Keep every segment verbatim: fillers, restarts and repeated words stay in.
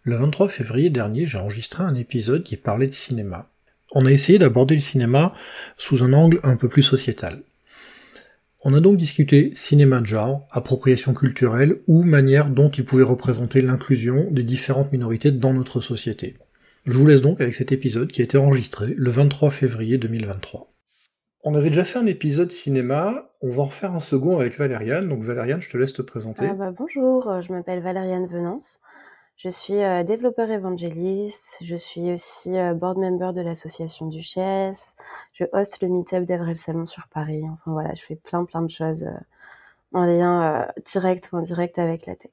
Le vingt-trois février dernier, j'ai enregistré un épisode qui parlait de cinéma. On a essayé d'aborder le cinéma sous un angle un peu plus sociétal. On a donc discuté cinéma de genre, appropriation culturelle ou manière dont il pouvait représenter l'inclusion des différentes minorités dans notre société. Je vous laisse donc avec cet épisode qui a été enregistré le vingt-trois février deux mille vingt-trois. On avait déjà fait un épisode cinéma, on va en refaire un second avec Valériane, donc Valériane, je te laisse te présenter. Ah bah, bonjour, euh, je m'appelle Valériane Venance, je suis euh, développeur évangéliste, je suis aussi euh, board member de l'association Duchesse, je hoste le meet-up d'Avril Salon sur Paris, enfin voilà, je fais plein plein de choses euh, en lien euh, direct ou indirect avec la tech.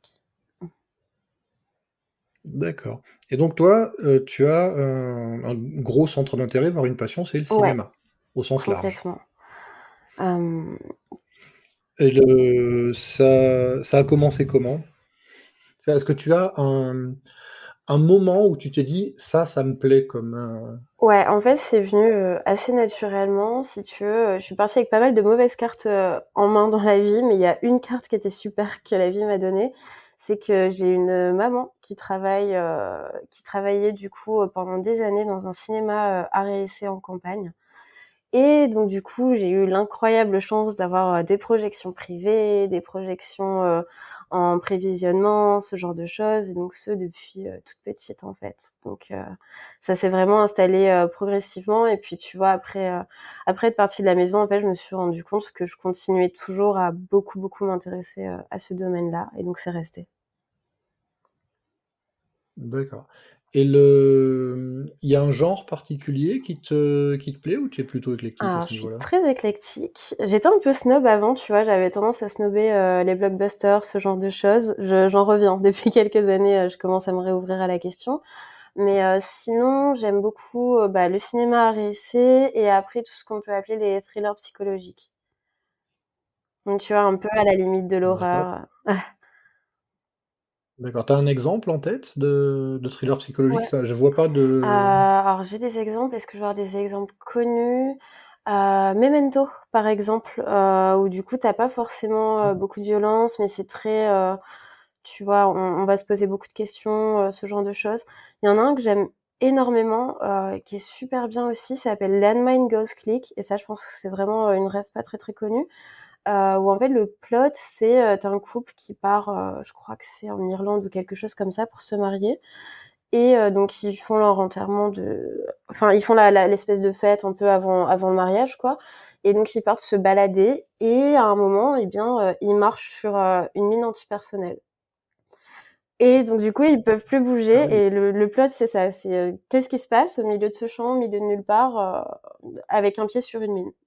D'accord. Et donc toi, euh, tu as un, un gros centre d'intérêt, voire une passion, c'est le Ouais, cinéma, au sens large. complètement. Euh, Et le, ça, ça a commencé comment? C'est- Est-ce que tu as un, un moment où tu t'es dit, ça, ça me plaît comme... euh, ouais, en fait, c'est venu euh, assez naturellement, si tu veux. Je suis partie avec pas mal de mauvaises cartes euh, en main dans la vie, mais il y a une carte qui était super que la vie m'a donnée. C'est que j'ai une maman qui travaille, euh, qui travaillait du coup euh, pendant des années dans un cinéma euh, art et essai en campagne. Et donc du coup, j'ai eu l'incroyable chance d'avoir euh, des projections privées, des projections euh, en prévisionnement, ce genre de choses, et donc ce depuis euh, toute petite en fait. Donc euh, ça s'est vraiment installé euh, progressivement. Et puis tu vois, après euh, après être partie de la maison, en fait, je me suis rendu compte que je continuais toujours à beaucoup beaucoup m'intéresser euh, à ce domaine-là, et donc c'est resté. D'accord. Et le, il y a un genre particulier qui te, qui te plaît ou tu es plutôt éclectique à Alors, ce je suis niveau-là? très éclectique. J'étais un peu snob avant, tu vois, j'avais tendance à snobber euh, les blockbusters, ce genre de choses. Je, j'en reviens. Depuis quelques années, euh, je commence à me réouvrir à la question. Mais euh, sinon, j'aime beaucoup euh, bah, le cinéma à réessai et après tout ce qu'on peut appeler les thrillers psychologiques. Donc, tu vois, un peu à la limite de D'accord. l'horreur. D'accord. T'as un exemple en tête de, de thriller psychologique? Ouais. Ça, je vois pas Euh, de... alors, j'ai des exemples. Est-ce que je vais avoir des exemples connus? Euh, Memento, par exemple, euh, où du coup, t'as pas forcément euh, beaucoup de violence, mais c'est très, euh, tu vois, on, on va se poser beaucoup de questions, euh, ce genre de choses. Il y en a un que j'aime énormément, euh, qui est super bien aussi, ça s'appelle Landmine Goes Click, et ça, je pense que c'est vraiment euh, une rêve pas très très connue, euh, où en fait le plot, c'est euh, t'as un couple qui part, euh, je crois que c'est en Irlande ou quelque chose comme ça, pour se marier. Et euh, donc ils font leur enterrement de, enfin ils font la, la- l'espèce de fête un peu avant avant le mariage quoi. Et donc ils partent se balader et à un moment, eh bien, euh, ils marchent sur euh, une mine antipersonnelle. Et donc du coup ils peuvent plus Ah bouger oui, et le, le plot c'est ça, c'est euh, qu'est-ce qui se passe au milieu de ce champ, au milieu de nulle part, euh, avec un pied sur une mine.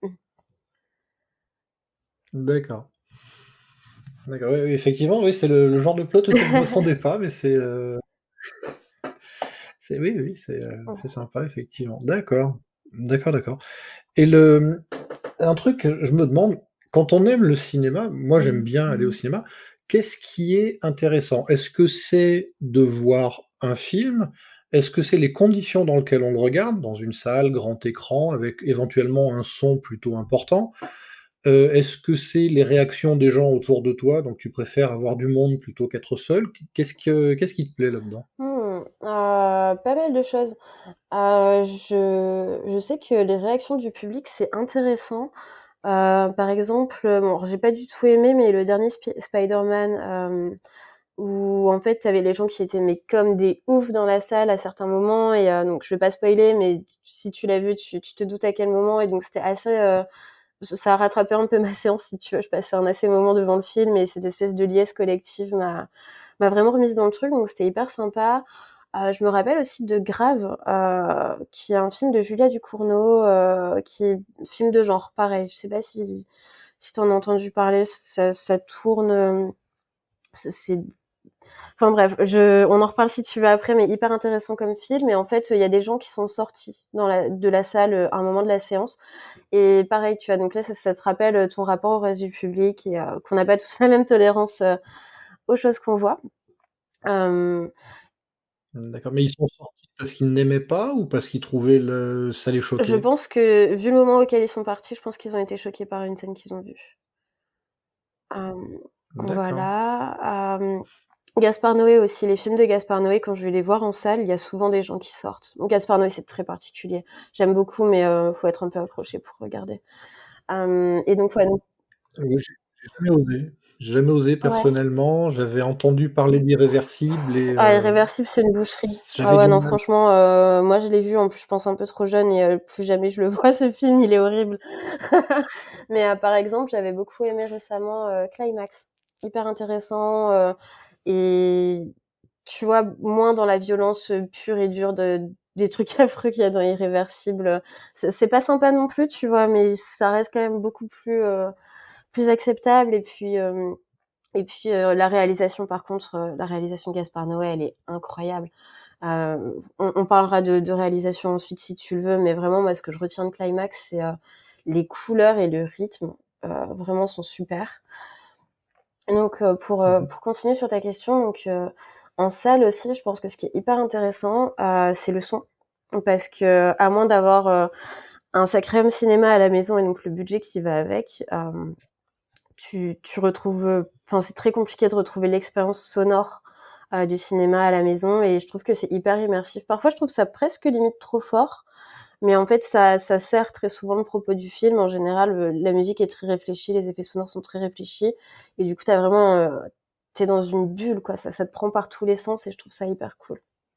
d'accord. D'accord, oui, oui, effectivement, oui, c'est le, le genre de plot auquel je m'attendais pas, mais c'est... euh, c'est oui, oui, c'est euh, c'est sympa, effectivement. D'accord. D'accord, d'accord. Et le, un truc que je me demande, quand on aime le cinéma, moi j'aime bien aller au cinéma, qu'est-ce qui est intéressant? Est-ce que c'est de voir un film? Est-ce que c'est les conditions dans lesquelles on le regarde, dans une salle, grand écran, avec éventuellement un son plutôt important? Heu, est-ce que c'est les réactions des gens autour de toi, donc tu préfères avoir du monde plutôt qu'être seul? Qu'est-ce que qu'est-ce qui te plaît là-dedans? Hmm, euh, pas mal de choses. Euh, je, je sais que les réactions du public, c'est intéressant. Euh, par exemple, bon, j'ai pas du tout aimé, mais le dernier Spi- Spider-Man, euh, où en fait, t'avais les gens qui étaient mais comme des oufs dans la salle à certains moments, et euh, donc je vais pas spoiler, mais si tu l'as vu, tu, tu te doutes à quel moment, et donc c'était assez, euh, ça a rattrapé un peu ma séance, si tu veux. Je passais un assez moment devant le film, et cette espèce de liesse collective m'a m'a vraiment remise dans le truc, donc c'était hyper sympa. Euh, je me rappelle aussi de Grave, euh, qui est un film de Julia Ducournau, euh, qui est un film de genre, pareil. Je sais pas si, si t'en as entendu parler, ça, ça tourne, euh, c'est, enfin bref, je, on en reparle si tu veux après, mais hyper intéressant comme film. Et en fait, il y a des gens qui sont sortis dans la, de la salle euh, à un moment de la séance. Et pareil, tu vois, donc là, ça, ça te rappelle euh, ton rapport au reste du public, et euh, qu'on n'a pas tous la même tolérance euh, aux choses qu'on voit. Euh, D'accord, mais ils sont sortis parce qu'ils n'aimaient pas ou parce qu'ils trouvaient le ça les je choquait? pense que, vu le moment auquel ils sont partis, je pense qu'ils ont été choqués par une scène qu'ils ont vue. Euh, D'accord. voilà. Euh, Gaspard Noé aussi, les films de Gaspard Noé, quand je vais les voir en salle, il y a souvent des gens qui sortent. Bon, Gaspard Noé, c'est très particulier. J'aime beaucoup, mais euh, faut être un peu accroché pour regarder. Euh, et donc, ouais, donc- Oui, j'ai j'ai jamais osé. J'ai jamais osé ouais. personnellement. J'avais entendu parler d'Irréversible et Ah, heu, Irréversible, c'est une boucherie. c Ah j'avais ouais, du non, mal. franchement, euh, moi je l'ai vu, en plus je pense un peu trop jeune et euh, plus jamais je le vois ce film, il est horrible. Mais euh, par exemple, j'avais beaucoup aimé récemment euh, Climax. Hyper intéressant euh, et tu vois, moins dans la violence euh, pure et dure de, des trucs affreux qu'il y a dans Irréversible. C'est c'est pas sympa non plus, tu vois, mais ça reste quand même beaucoup plus, euh, plus acceptable et puis... euh, et puis euh, la réalisation, par contre, euh, la réalisation de Gaspard Noé, elle est incroyable. Euh, on, on parlera de, de réalisation ensuite si tu le veux, mais vraiment, moi, ce que je retiens de Climax, c'est euh, les couleurs et le rythme, euh, vraiment sont super. Et donc, euh, pour, euh, Mmh. pour continuer sur ta question, donc, euh, en salle aussi, je pense que ce qui est hyper intéressant, euh, c'est le son. Parce que, à moins d'avoir euh, un sacré home cinéma à la maison et donc le budget qui va avec, euh, tu, tu retrouves, enfin, c'est très compliqué de retrouver l'expérience sonore euh, du cinéma à la maison et je trouve que c'est hyper immersif. Parfois, je trouve ça presque limite trop fort, mais en fait, ça, ça sert très souvent le propos du film. En général, euh, la musique est très réfléchie, les effets sonores sont très réfléchis et du coup, t'as vraiment, euh, t'es dans une bulle, quoi. Ça, ça te prend par tous les sens et je trouve ça hyper cool.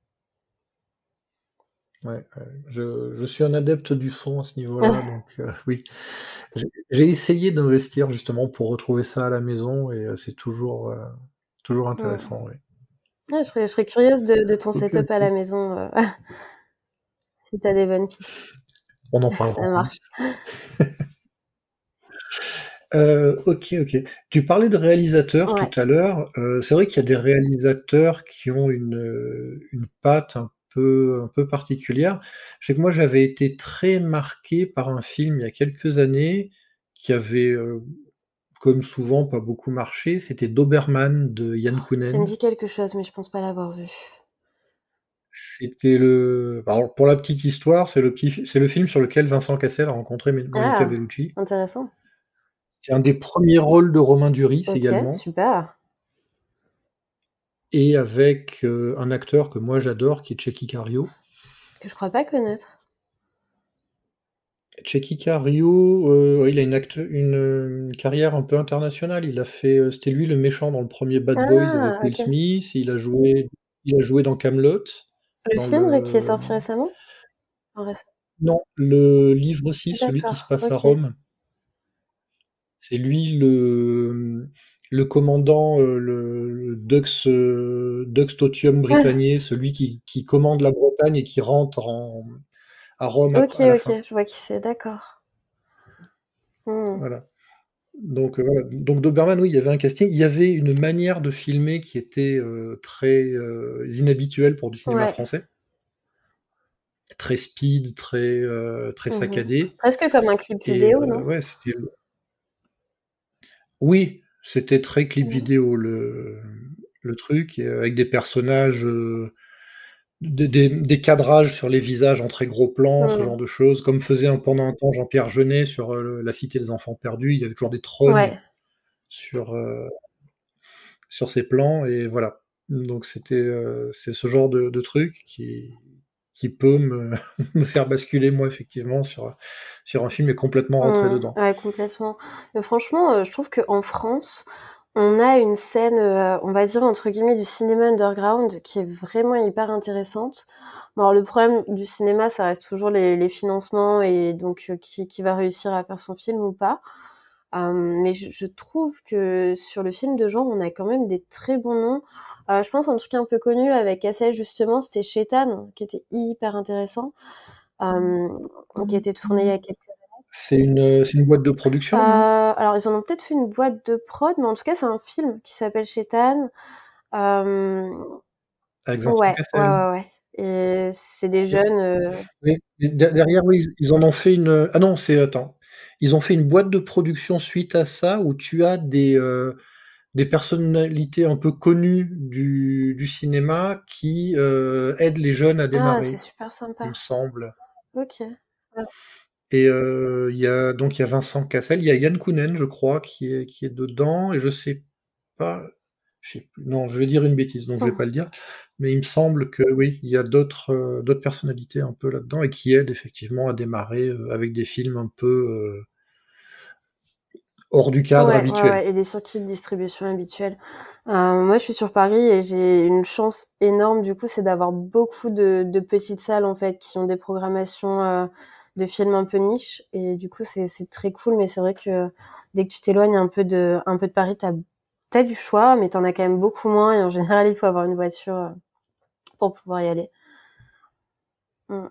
Ouais, ouais. Je je suis un adepte du son à ce niveau-là, donc heu, oui. J'ai j'ai essayé d'investir justement pour retrouver ça à la maison et heu, c'est toujours, heu, toujours Mm. intéressant, oui. Ouais, je serais, je serais curieuse de, de ton OK, setup à OK. la maison, euh, si t'as des bonnes pistes. On en Ça parlera, oui. marche. Heu, OK, OK. Tu parlais de réalisateurs tout Ouais. à l'heure, heu, c'est vrai qu'il y a des réalisateurs qui ont une, heu, une patte un peu un peu particulière. Je sais que moi j'avais été très marqué par un film il y a quelques années qui avait, heu, comme souvent pas beaucoup marché, c'était Doberman de Yann Ça me Kounen. dit quelque chose, mais je pense pas l'avoir vu. C'était le alors pour la petite histoire, c'est le petit fi c'est le film sur lequel Vincent Cassel a rencontré Mé Monica Ah, Bellucci. intéressant. C'est un des premiers rôles de Romain Duris Ok, également. super. Et avec, heu, un acteur que moi j'adore qui est Tchéky Karyo. Que je crois pas connaître. Tchéky Karyo, heu, il a une acte une, heu, une carrière un peu internationale. Il a fait, heu, c'était lui le méchant dans le premier Bad Boys avec Ah, Will ok. Smith, il a joué il a joué dans Kaamelott, Le dans film qui est le sorti récemment? Enfin, récem- non, le livre aussi, celui qui se D'accord, passe à ok. Rome. C'est lui le, mmh, le commandant, heu, le le Dux, heu, Dux Totium Ah, Britanniae, celui qui qui commande la Bretagne et qui rentre en à Rome ap ok, à la fin. ok, je vois qui c'est, d'accord. Hmm. Voilà. Donc, heu, voilà, donc Doberman, oui, il y avait un casting. Il y avait une manière de filmer qui était, heu, très, heu, inhabituelle pour du cinéma Ouais. français. Très speed, très, heu, très Mhm. saccadé Presque comme un clip et vidéo, heu, non? ouais, c'était oui, c'était très clip Mhm. vidéo le le truc et avec des personnages, heu, des des des cadrages sur les visages en très gros plans, ce Hmm. genre de choses, comme faisait un pendant un temps Jean-Pierre Jeunet sur, heu, La Cité des enfants perdus. Il y avait toujours des trognes Ouais. sur, heu sur ces plans et voilà. Donc c'était, heu, c'est ce genre de de truc qui qui peut me me faire basculer moi effectivement sur, sur un film et complètement rentrer Hmm. dedans. Ouais, complètement. Mais franchement, euh, je trouve qu'en France, on a une scène, euh, on va dire entre guillemets, du cinéma underground qui est vraiment hyper intéressante. Bon, alors, le problème du cinéma, ça reste toujours les, les financements et donc euh, qui, qui va réussir à faire son film ou pas. Euh, mais je, je trouve que sur le film de genre, on a quand même des très bons noms. Euh, je pense un truc un peu connu avec Cassel justement, c'était Shaitan, qui était hyper intéressant, euh, qui a été tourné il y a quelques C'est une, heu, c'est une boîte de Heu, production, non? alors ils en ont peut-être fait une boîte de prod, mais en tout cas, c'est un film qui s'appelle Shaitan. Hem, Avec Vincent ouais, ouais, Cassel? ouais, ouais et c'est des Et jeunes, heu oui, et de derrière, oui, ils ils en ont fait une, heu ah non, c'est attends, ils ont fait une boîte de production suite à ça où tu as des, heu, des personnalités un peu connues du du cinéma qui, heu, aident les jeunes à ah, c'est démarrer, super il me sympa. semble. OK. Ouais. Et heu, il y a donc il y a Vincent Cassel, il y a Yann Kounen, je crois, qui est qui est dedans et je sais pas, Je sais plus. Non, je vais dire une bêtise, donc je vais Mmh. pas le dire. Mais il me semble que oui, il y a d'autres, heu, d'autres personnalités un peu là-dedans et qui aident effectivement à démarrer, heu, avec des films un peu, heu hors du cadre Ouais, ouais, habituel. ouais et des circuits de distribution habituels. Heu, moi, je suis sur Paris et j'ai une chance énorme, du coup, c'est d'avoir beaucoup de de petites salles, en fait, qui ont des programmations, heu, de films un peu niche et du coup, c'est c'est très cool. Mais c'est vrai que dès que tu t'éloignes un peu de un peu de Paris, tu as tu as du choix, mais tu en as quand même beaucoup moins et en général, il faut avoir une voiture, heu, pour pouvoir y aller. Mmh.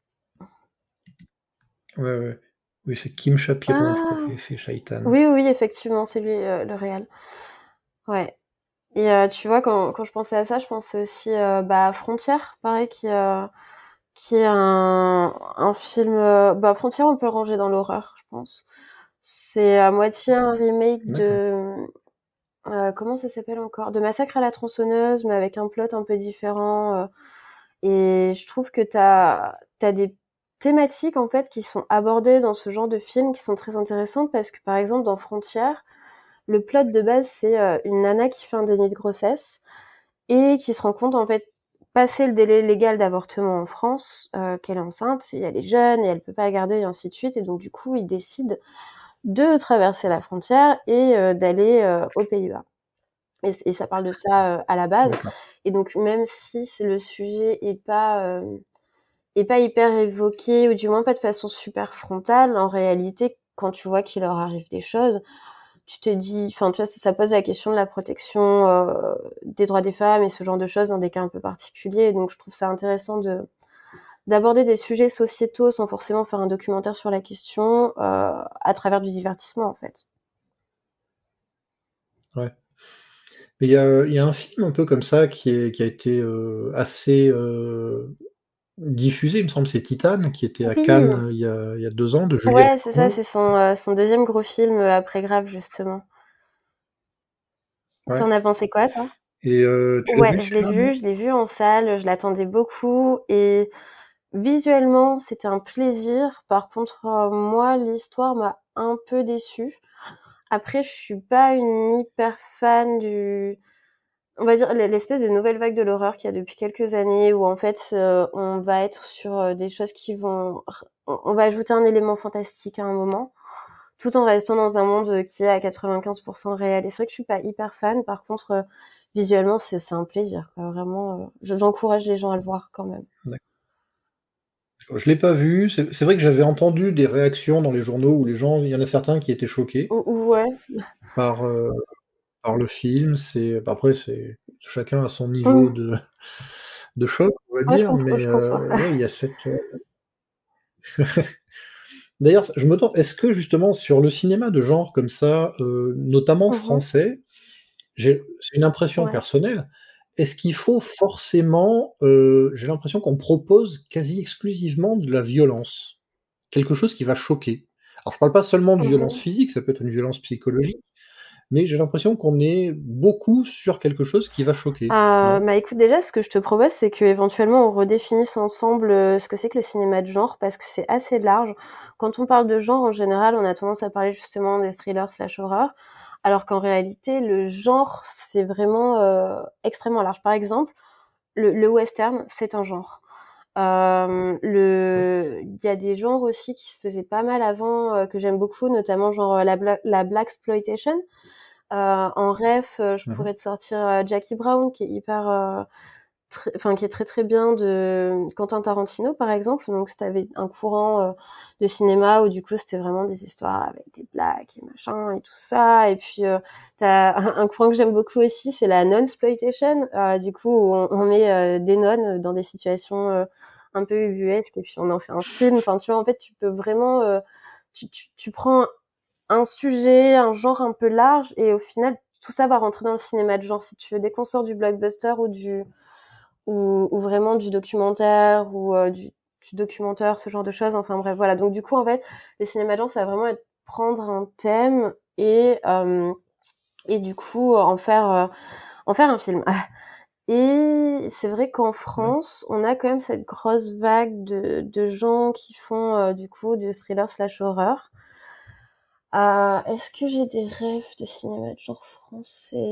Ouais, ouais. Oui, c'est Kim Shapiron, je crois, Ah! qui avait fait Shaitan. Oui, oui, effectivement, c'est lui, heu, le réal. Ouais et heu, tu vois, quand quand je pensais à ça, je pensais aussi, heu, bah, à Frontières, pareil, qui, heu, qui est un un film, heu, bah, Frontières, on peut le ranger dans l'horreur, je pense. C'est à moitié un remake D'accord. de, heu, comment ça s'appelle encore? De Massacre à la tronçonneuse, mais avec un plot un peu différent, heu et je trouve que tu as tu as des thématiques, en fait, qui sont abordées dans ce genre de film qui sont très intéressantes parce que, par exemple, dans Frontières, le plot de base, c'est, heu, une nana qui fait un déni de grossesse et qui se rend compte, en fait, passé le délai légal d'avortement en France, heu, qu'elle est enceinte et elle est jeune et elle peut pas le garder et ainsi de suite et donc du coup, ils décident de traverser la frontière et heu, d'aller, heu, aux Pays-Bas et c et ça parle de ça, heu, à la base D'accord. et donc même si c'est le sujet est pas, hem, est pas hyper évoqué ou du moins pas de façon super frontale, en réalité, quand tu vois qu'il leur arrive des choses, tu te dis enfin, tu vois, ça ça pose la question de la protection, heu, des droits des femmes et ce genre de choses dans des cas un peu particuliers donc je trouve ça intéressant de d'aborder des sujets sociétaux sans forcément faire un documentaire sur la question, heu, à travers du divertissement, en fait. Ouais. Mais il y a il y a un film un peu comme ça qui est qui a été, heu, assez, heu, diffusé, il me semble, c'est Titane, qui était à Oui! Cannes, il y a il y a deux ans, de Juliette Ouais, c'est ça, Armaud. c'est son, heu, son deuxième gros film, heu, après Grave, justement. Tu Ouais en as pensé quoi, toi? et heu, tu l'as Ouais, vu je l'ai celui-là, vu, non? je l'ai vu en salle, je l'attendais beaucoup et visuellement, c'était un plaisir. Par contre, heu, moi, l'histoire m'a un peu déçue. Après, je suis pas une hyper fan du on va dire l'e l'espèce de nouvelle vague de l'horreur qu'il y a depuis quelques années où en fait, heu, on va être sur, heu, des choses qui vont r on on va ajouter un élément fantastique à un moment, tout en restant dans un monde, heu, qui est à quatre-vingt-quinze pour cent réel et c'est vrai que je suis pas hyper fan. Par contre, heu, visuellement, c'est c'est un plaisir, quoi, vraiment, heu, je j'encourage les gens à le voir quand même. D'ac Je l'ai pas vu, c'est c'est vrai que j'avais entendu des réactions dans les journaux où les gens il y en a certains qui étaient choqués Ou ou ouais. par, heu, par le film, c'est bah, après c'est chacun a son niveau Mmh. de de choc, on va Ouais, je dire, compr mais je conçois. heu, ouais, il y a cette, heu d'ailleurs, s je me demande, est-ce que justement sur le cinéma de genre comme ça, heu, notamment Mmh mh. français, j'ai c'est une impression Ouais. personnelle, est-ce qu'il faut forcément, heu j'ai l'impression qu'on propose quasi exclusivement de la violence, quelque chose qui va choquer. Alors je parle pas seulement de Mmh violence mh. physique, ça peut être une violence psychologique, mais j'ai l'impression qu'on est beaucoup sur quelque chose qui va choquer, Heu, non? bah, écoute, déjà, ce que je te propose, c'est qu'éventuellement, on redéfinisse ensemble, heu, ce que c'est que le cinéma de genre parce que c'est assez large. Quand on parle de genre, en général, on a tendance à parler justement des thrillers slash horreur, alors qu'en réalité, le genre, c'est vraiment, heu, extrêmement large. Par exemple, le le western, c'est un genre. Hem, Ouais. le il y a des genres aussi qui se faisaient pas mal avant, heu, que j'aime beaucoup, notamment genre, heu, la bla la blaxploitation. Heu, en réf, heu, je Mmh mh. pourrais te sortir, heu, Jackie Brown qui est hyper, heu, tr enfin qui est très, très bien de Quentin Tarantino, par exemple. Donc si tu avais un courant, heu, de cinéma où du coup, c'était vraiment des histoires avec des blacks et machin et tout ça et puis, heu, tu as un un courant que j'aime beaucoup aussi, c'est la nonsploitation. Heu, du coup, où on on met, heu, des nonnes dans des situations, heu, un peu ubuesques et puis on en fait un film. Enfin, tu vois, en fait, tu peux vraiment, heu, tu tu tu prends un sujet, un genre un peu large et au final, tout ça va rentrer dans le cinéma de genre. Si tu veux, dès qu'on sort du blockbuster ou du ou ou vraiment du documentaire ou, heu, du du documentaire, ce genre de choses, enfin bref, voilà. Donc du coup, en fait, le cinéma de genre, ça va vraiment être prendre un thème et hem et du coup, en faire, heu, en faire un film. Et c'est vrai qu'en Ouais. France, on a quand même cette grosse vague de de gens qui font, heu, du coup, du thriller slash horreur. Heu, est-ce que j'ai des refs de cinéma de genre français?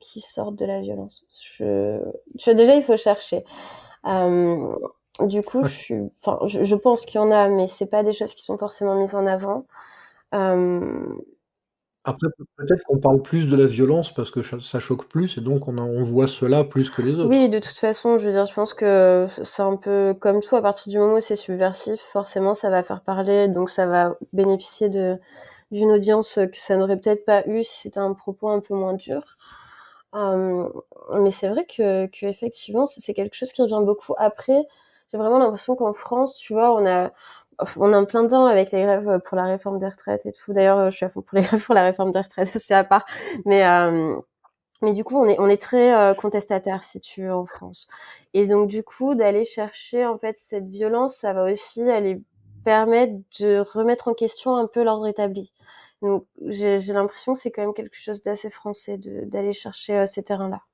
qui sortent de la violence. Je, je déjà, il faut chercher. Euh, du coup, Ouais. je suis, enfin, je, je pense qu'il y en a, mais c'est pas des choses qui sont forcément mises en avant. Euh, Après, peut-être qu'on parle plus de la violence parce que ça choque plus et donc on, a, on voit cela plus que les Oui, autres. de toute façon, je veux dire, je pense que c'est un peu comme tout, à partir du moment où c'est subversif, forcément, ça va faire parler, donc ça va bénéficier de, d'une audience que ça n'aurait peut-être pas eu si c'était un propos un peu moins dur. Euh, mais c'est vrai que, que effectivement, c'est quelque chose qui revient beaucoup. Après, j'ai vraiment l'impression qu'en France, tu vois, on a, on est en plein dedans avec les grèves pour la réforme des retraites et tout. D'ailleurs, je suis à fond pour les grèves pour la réforme des retraites, c'est à part. Mais, euh, mais du coup, on est, on est très euh, contestataire, si tu veux, en France. Et donc, du coup, d'aller chercher, en fait, cette violence, ça va aussi aller permettre de remettre en question un peu l'ordre établi. Donc, j'ai, j'ai l'impression que c'est quand même quelque chose d'assez français de, d'aller chercher euh, ces terrains-là.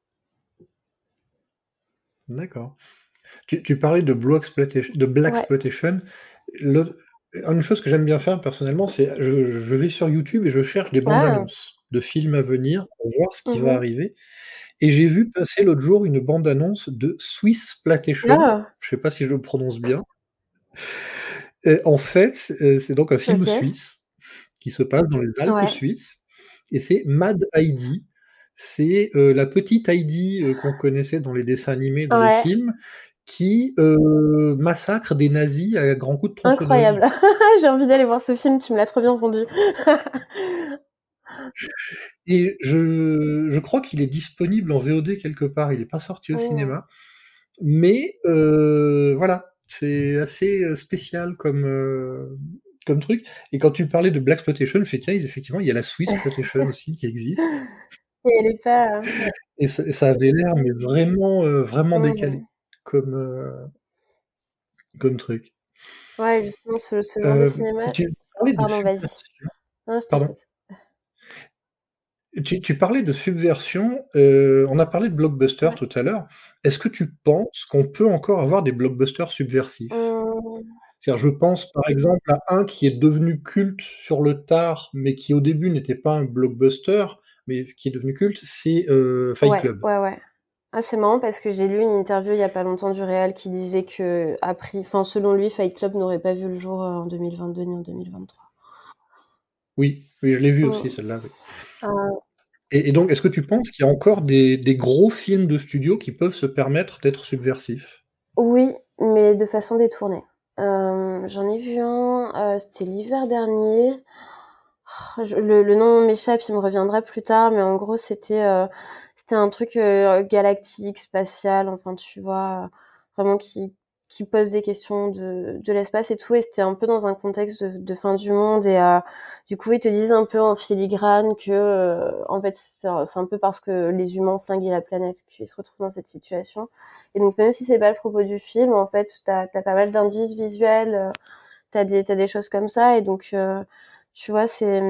D'accord. Tu, tu parlais de Blaxploitation. De Ouais. Blaxploitation. Le- Une chose que j'aime bien faire personnellement, c'est je, je vais sur YouTube et je cherche des bandes Ah. annonces de films à venir pour voir ce qui va Mhm. arriver. Et j'ai vu passer l'autre jour une bande annonce de Swissploitation. Ah. Je sais pas si je le prononce bien. Et en fait, c'est c'est donc un film Ok. suisse qui se passe dans les Alpes Ouais. suisses et c'est Mad Heidi. C'est euh, la petite Heidi euh, qu'on connaissait dans les dessins animés, dans les Ouais. films, qui euh, massacre des nazis à grands coups de tronçonneuse. Incroyable. J'ai envie d'aller voir ce film, tu me l'as trop bien vendu. Et je, je crois qu'il est disponible en V O D quelque part, il n'est pas sorti au Oh. cinéma. Mais euh, voilà, c'est assez euh, spécial comme, euh, comme truc. Et quand tu parlais de Blaxploitation, je fais tiens, effectivement, il y a la Swissploitation aussi qui existe. Et elle est pas. euh, Et ça, ça avait l'air mais vraiment, euh, vraiment décalé mhm. comme, euh, comme truc. Ouais, justement, ce, ce genre de Euh, cinéma. tu Oh, parlais de pardon, vas-y. subversion. Non, je Pardon. t'écoute. Tu, tu parlais de subversion. Euh, on a parlé de blockbuster Ouais. tout à l'heure. Est-ce que tu penses qu'on peut encore avoir des blockbusters subversifs? Hum, C'est-à-dire, je pense par exemple à un qui est devenu culte sur le tard, mais qui au début n'était pas un blockbuster, mais qui est devenu culte, c'est euh, Fight ouais, Club. ouais, ouais. Ah, c'est marrant parce que j'ai lu une interview il y a pas longtemps du réal qui disait que, a pri- enfin, selon lui, Fight Club n'aurait pas vu le jour euh, en deux mille vingt-deux ni en deux mille vingt-trois. Oui, oui, je l'ai vu aussi, Hum. celle-là. Oui. Euh, Et, et donc, est-ce que tu penses qu'il y a encore des, des gros films de studio qui peuvent se permettre d'être subversifs? oui, mais de façon détournée. Euh, j'en ai vu un, euh, c'était l'hiver dernier. Je- le, le nom m'échappe, il me reviendra plus tard, mais en gros, c'était euh, c'était un truc euh, galactique, spatial, enfin, tu vois, euh, vraiment qui, qui pose des questions de, de l'espace et tout, et c'était un peu dans un contexte de, de fin du monde, et euh, du coup, ils te disent un peu en filigrane que, euh, en fait, c'est un, c'est un peu parce que les humains ont flingué la planète qu'ils se retrouvent dans cette situation. Et donc, même si c'est pas le propos du film, en fait, t'as, t'as pas mal d'indices visuels, euh, t'as des, t'as des choses comme ça, et donc... euh, tu vois, c'est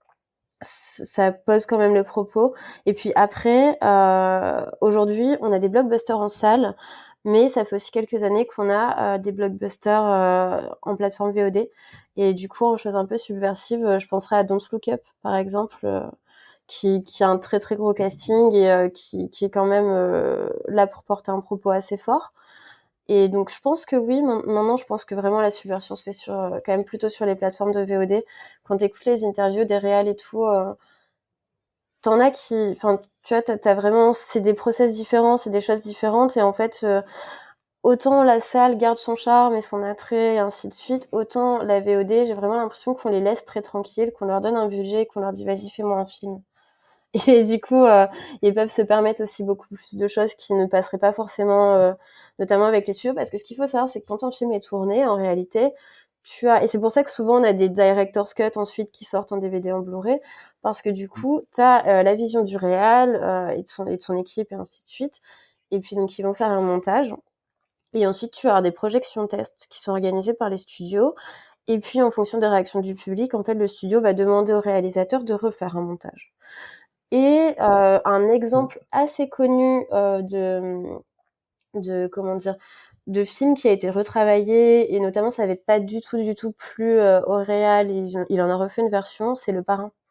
ça pose quand même le propos. Et puis après, euh, aujourd'hui, on a des blockbusters en salle, mais ça fait aussi quelques années qu'on a euh, des blockbusters euh, en plateforme V O D. Et du coup, en chose un peu subversive, euh, je penserais à Don't Look Up, par exemple, euh, qui, qui a un très très gros casting et euh, qui, qui est quand même euh, là pour porter un propos assez fort. Et donc, je pense que oui, maintenant, je pense que vraiment la subversion se fait sur, euh, quand même plutôt sur les plateformes de V O D. Quand tu écoutes les interviews des réals et tout, euh, t'en as qui, enfin, tu vois, t'as, t'as vraiment, c'est des process différents, c'est des choses différentes, et en fait, euh, autant la salle garde son charme et son attrait, et ainsi de suite, autant la V O D, j'ai vraiment l'impression qu'on les laisse très tranquilles, qu'on leur donne un budget, qu'on leur dit vas-y, fais-moi un film. Et du coup, euh, ils peuvent se permettre aussi beaucoup plus de choses qui ne passeraient pas forcément, euh, notamment avec les studios, parce que ce qu'il faut savoir, c'est que quand un film est tourné, en réalité, tu as, et c'est pour ça que souvent on a des director's cut ensuite qui sortent en D V D, en Blu-ray, parce que du coup, tu as euh, la vision du réal euh, et, de son, et de son équipe et ainsi de suite, et puis donc ils vont faire un montage, et ensuite tu as des projections tests qui sont organisées par les studios, et puis en fonction des réactions du public, en fait, le studio va demander au réalisateur de refaire un montage. Et euh, un exemple assez connu euh, de, de comment dire de film qui a été retravaillé, et notamment ça avait pas du tout du tout plu euh, au réal, il, il en a refait une version, c'est Le Parrain.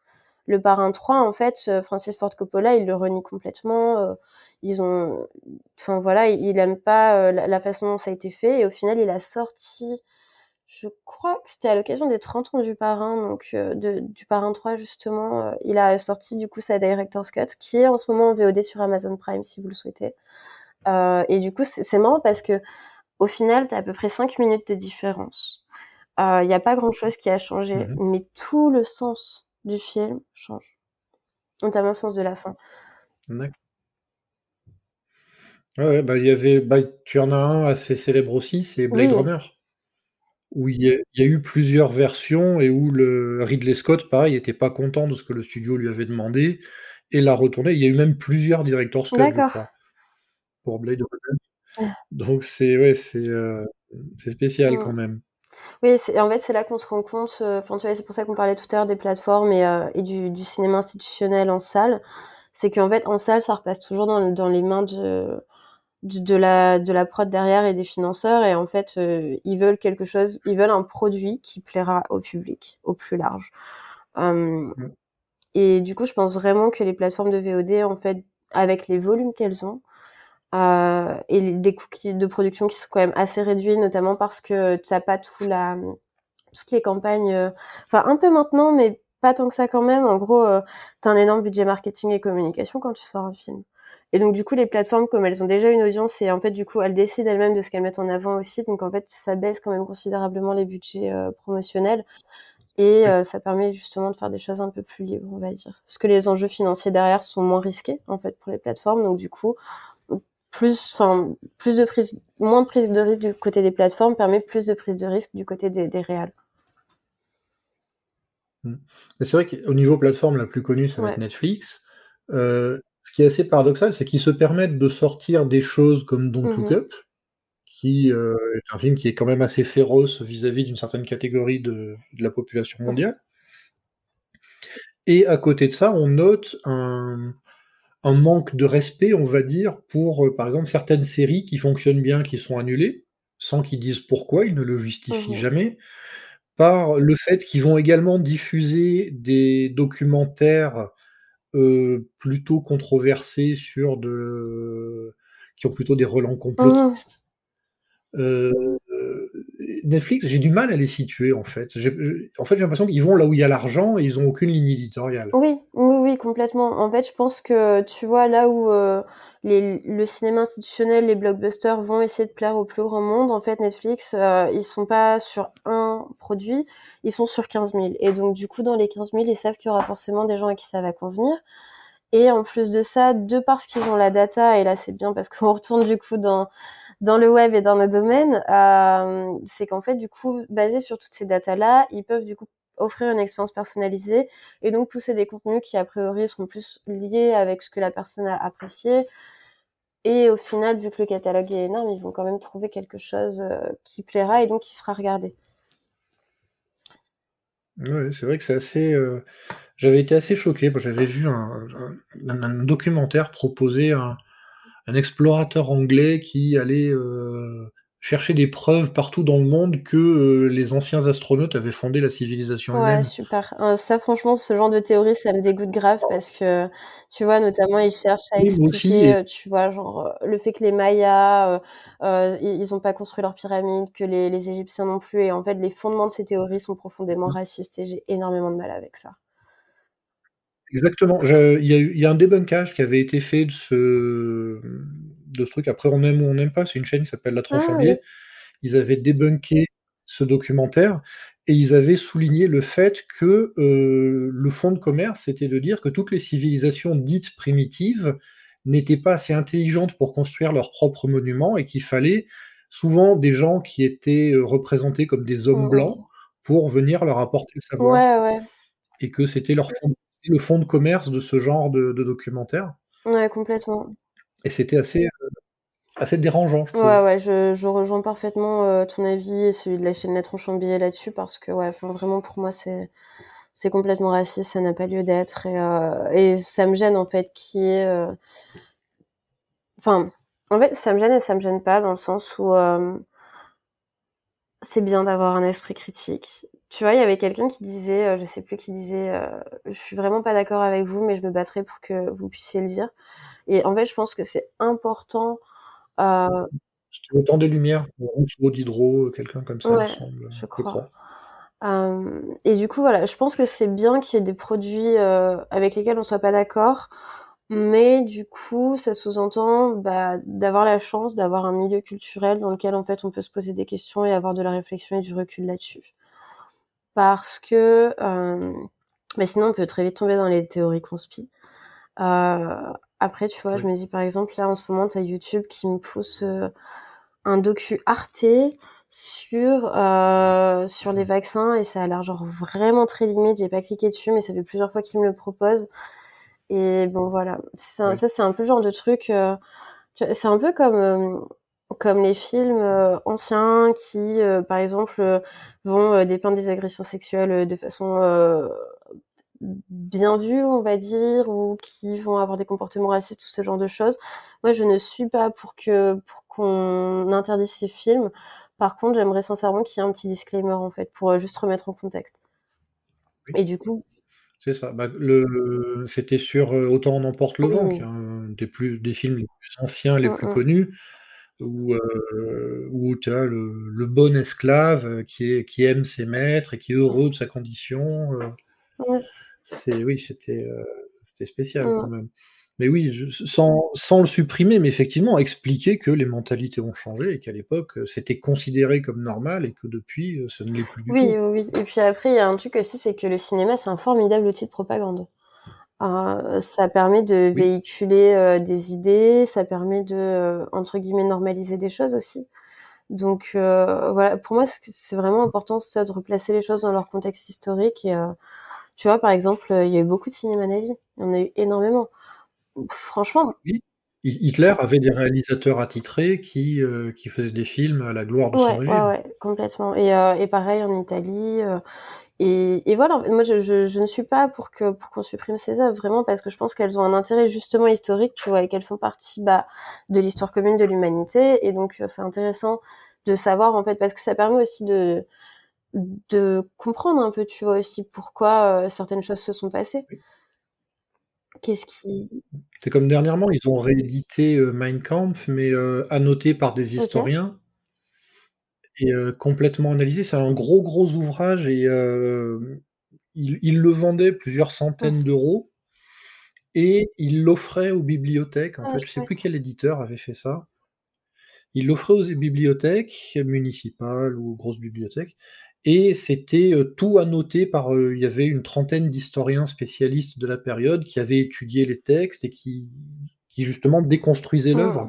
Le Parrain trois, en fait, euh, Francis Ford Coppola, il le renie complètement. euh, ils ont, enfin voilà, il, il aime pas euh, la, la façon dont ça a été fait, et au final, il a sorti, je crois que c'était à l'occasion des trente ans du Parrain, donc euh, de, du Parrain trois justement, euh, il a sorti du coup sa Director's Cut, qui est en ce moment en V O D sur Amazon Prime si vous le souhaitez. Euh, et du coup, c'est, c'est marrant parce que au final, t'as à peu près cinq minutes de différence. Il euh, n'y a pas grand-chose qui a changé, Mmh. mais tout le sens du film change, notamment le sens de la fin. D'acc Ouais, ouais, bah, il y avait bah, tu en as un assez célèbre aussi, c'est Blade Oui, Runner, où il y a il y a eu plusieurs versions et où le Ridley Scott, pareil, était pas content de ce que le studio lui avait demandé et l'a retourné. Il y a eu même plusieurs director's cut, je d'accord. crois, pour Blade Runner. Donc c'est ouais, c'est, heu, c'est spécial Mm. quand même. Oui, c'est, en fait, c'est là qu'on se rend compte, euh, enfin, tu vois, c'est pour ça qu'on parlait tout à l'heure des plateformes et, euh, et du, du cinéma institutionnel en salle. C'est qu'en fait, en salle, ça repasse toujours dans, dans les mains de, de, de la, de la prod derrière et des financeurs. Et en fait, euh, ils veulent quelque chose, ils veulent un produit qui plaira au public, au plus large. Euh, Mmh. et du coup, je pense vraiment que les plateformes de V O D, en fait, avec les volumes qu'elles ont, euh, et les, les coûts qui- de production qui sont quand même assez réduits, notamment parce que tu n'as pas tout la, toutes les campagnes, euh, enfin un peu maintenant, mais pas tant que ça quand même. En gros, euh, tu as un énorme budget marketing et communication quand tu sors un film. Et donc, du coup, les plateformes, comme elles ont déjà une audience, et en fait, du coup, elles décident elles-mêmes de ce qu'elles mettent en avant aussi. Donc, en fait, ça baisse quand même considérablement les budgets euh, promotionnels. Et Oui. euh, ça permet justement de faire des choses un peu plus libres, on va dire. Parce que les enjeux financiers derrière sont moins risqués, en fait, pour les plateformes. Donc, du coup, plus, enfin, plus de prise, moins de prise de risque du côté des plateformes permet plus de prise de risque du côté des, des réals. Mmh. Et c'est vrai qu'au niveau plateforme, la plus connue, ça va être Ouais. Netflix. Heu, ce qui est assez paradoxal, c'est qu'ils se permettent de sortir des choses comme Don't Look Mhm. Up, qui, heu, est un film qui est quand même assez féroce vis-à-vis d'une certaine catégorie de de la population Mhm. mondiale. Et à côté de ça, on note un un manque de respect, on va dire, pour, heu, par exemple, certaines séries qui fonctionnent bien, qui sont annulées, sans qu'ils disent pourquoi, ils ne le justifient Mhm. jamais, par le fait qu'ils vont également diffuser des documentaires, heu, plutôt controversés sur de qui ont plutôt des relents Mhm. complotistes. Heu, Netflix, j'ai du mal à les situer, en fait. J'ai heu, en fait, j'ai l'impression qu'ils vont là où il y a l'argent et ils ont aucune ligne éditoriale. Oui, oui, oui, complètement. En fait, je pense que tu vois là où euh, les, le cinéma institutionnel, les blockbusters vont essayer de plaire au plus grand monde, en fait, Netflix, euh, ils sont pas sur un produit, ils sont sur quinze mille. Et donc, du coup, dans les quinze mille, ils savent qu'il y aura forcément des gens à qui ça va convenir. Et en plus de ça, de parce qu'ils ont la data, et là c'est bien parce qu'on retourne du coup dans, dans le web et dans nos domaines, euh, c'est qu'en fait, du coup, basé sur toutes ces datas-là, ils peuvent du coup offrir une expérience personnalisée et donc pousser des contenus qui a priori seront plus liés avec ce que la personne a apprécié. Et au final, vu que le catalogue est énorme, ils vont quand même trouver quelque chose euh, qui plaira et donc qui sera regardé. Ouais, c'est vrai que c'est assez, heu, j'avais été assez choqué, moi j'avais vu un un un documentaire proposer un un explorateur anglais qui allait, heu, chercher des preuves partout dans le monde que, heu, les anciens astronautes avaient fondé la civilisation Ouais, humaine. super. Heu, ça franchement, ce genre de théorie, ça me dégoûte grave parce que, tu vois, notamment, ils cherchent à Oui, moi aussi expliquer, et heu, tu vois, genre, heu, le fait que les Mayas, heu heu, i ils ont pas construit leurs pyramides, que les les Égyptiens non plus et en fait, les fondements de ces théories sont profondément racistes et j'ai énormément de mal avec ça. exactement, je il y a eu il y a un débunkage qui avait été fait de ce, de ce truc. Après on aime ou on n'aime pas, c'est une chaîne qui s'appelle La Tronche en Ah oui. biais. Ils avaient débunké ce documentaire et ils avaient souligné le fait que, heu, le fond de commerce, c'était de dire que toutes les civilisations dites primitives n'étaient pas assez intelligentes pour construire leurs propres monuments et qu'il fallait souvent des gens qui étaient, heu, représentés comme des hommes Mmh blancs mh. pour venir leur apporter le savoir Ouais, ouais. et que c'était leur fond c'était le fond de commerce de ce genre de de documentaire Ouais, complètement. et c'était assez, heu, assez dérangeant, je trouve. Ouais, ouais, je je rejoins parfaitement, heu, ton avis et celui de la chaîne La Tronche en Billet là-dessus parce que, ouais, enfin, vraiment, pour moi, c'est c'est complètement raciste, ça n'a pas lieu d'être et heu et ça me gêne, en fait, qu'il y ait, heu enfin, en fait, ça me gêne et ça me gêne pas dans le sens où, hem, c'est bien d'avoir un esprit critique. tu vois, il y avait quelqu'un qui disait, heu, je sais plus qui disait, heu: «Je suis vraiment pas d'accord avec vous, mais je me battrai pour que vous puissiez le dire» et en fait, je pense que c'est important, heu C'était Le Temps des Lumières, Rousseau, Diderot, quelqu'un comme ça, il me ouais, semble, je je crois. crois. Hem et du coup, voilà, je pense que c'est bien qu'il y ait des produits, heu, avec lesquels on soit pas d'accord, mais du coup, ça sous-entend, bah, d'avoir la chance d'avoir un milieu culturel dans lequel, en fait, on peut se poser des questions et avoir de la réflexion et du recul là-dessus. Parce que, hem, bah, sinon on peut très vite tomber dans les théories conspi. Heu, après, tu vois, je Oui. me dis, par exemple, là, en ce moment, tu as YouTube qui me pousse, heu, un docu Arte sur, heu, sur les vaccins et ça a l'air genre vraiment très limite. J'ai pas cliqué dessus, mais ça fait plusieurs fois qu'il me le propose et bon, voilà. C'est un Oui. ça, c'est un peu le genre de truc, heu, tu vois, c'est un peu comme, hem, comme les films, heu, anciens qui, heu, par exemple, heu, vont, heu, dépeindre des agressions sexuelles, heu, de façon, heu, bien vue, on va dire, ou qui vont avoir des comportements racistes ou ce genre de choses. Moi, je ne suis pas pour que pour qu'on interdise ces films. Par contre, j'aimerais sincèrement qu'il y ait un petit disclaimer, en fait, pour, heu, juste remettre en contexte Oui. et du coup C'est ça. Bah, le c'était sur, heu, Autant en emporte le vent, qui est oui. un des plus des films les plus anciens, les Mmh plus mh. connus, où, heu, où tu as le le bon esclave, heu, qui est qui aime ses maîtres et qui est heureux de sa condition, heu, Ouais, c c'est oui, c'était, heu, c'était spécial quand mmh. même. Mais oui, je sans sans le supprimer, mais effectivement expliquer que les mentalités ont changé et qu'à l'époque, heu, c'était considéré comme normal et que depuis, heu, ça ne l'est plus du Oui, tout. oui, oui et puis après, il y a un truc aussi, c'est que le cinéma, c'est un formidable outil de propagande. Heu, ça permet de Oui, véhiculer, heu, des idées, ça permet de, heu, entre guillemets «normaliser» des choses aussi. Donc heu, voilà, pour moi, c c'est vraiment important ça, de replacer les choses dans leur contexte historique et heu, tu vois, par exemple, heu, il y a eu beaucoup de cinéma nazi. Il y en a eu énormément. Franchement oui. Hi Hitler avait des réalisateurs attitrés qui, heu, qui faisaient des films à la gloire de son ouais, ouais, régime. ouais, complètement et heu et pareil en Italie, heu et et voilà, moi je je je ne suis pas pour que pour qu'on supprime ces œuvres, vraiment parce que je pense qu'elles ont un intérêt justement historique, tu vois? Et qu'elles font partie, bah, de l'histoire commune de l'humanité et donc heu, c'est intéressant de savoir, en fait parce que ça permet aussi de de comprendre un peu, tu vois, aussi pourquoi, heu, certaines choses se sont passées. Oui. Qu'est-ce qui C'est comme dernièrement, ils ont réédité, heu, Mein Kampf, mais, heu, annoté par des OK. historiens et heu, complètement analysé. C'est un gros, gros ouvrage et hem, ils ils le vendaient plusieurs centaines Mmh. d'euros et ils l'offraient aux bibliothèques, en Ah fait. Je sais plus chouette. quel éditeur avait fait ça. Ils l'offraient aux bibliothèques municipales ou grosses bibliothèques et c'était, heu, tout annoté par, heu, il y avait une trentaine d'historiens spécialistes de la période qui avaient étudié les textes et qui qui justement déconstruisaient Mmh. l'œuvre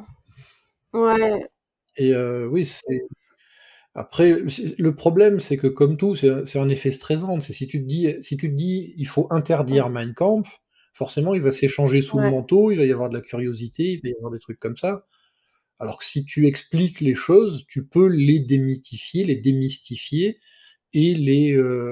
Ouais. et heu, oui, c'est après c'est le problème, c'est que comme tout, c'est un c'est un effet stressant. C'est si tu te dis si tu te dis: «Il faut interdire Mmh. Mein Kampf», forcément, il va s'échanger sous le Ouais. manteau, il va y avoir de la curiosité, il va y avoir des trucs comme ça. Alors que si tu expliques les choses, tu peux les démythifier, les démystifier et les,